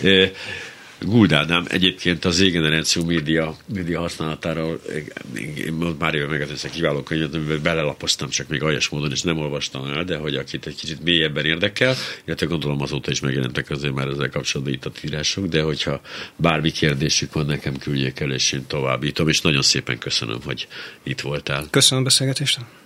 Guld Ádám egyébként az Z-generáció média, média használatáról én már éve megeteszek kiváló könyvet, amiben belelapoztam, csak még aljas módon, és nem olvastam el, de hogy akit egy kicsit mélyebben érdekel, illetve gondolom azóta is megjelentek azért már ezzel kapcsolatban itt a írások, de hogyha bármi kérdésük van, nekem küldjék el, és én továbbítom, és nagyon szépen köszönöm, hogy itt voltál. Köszönöm a beszélgetést.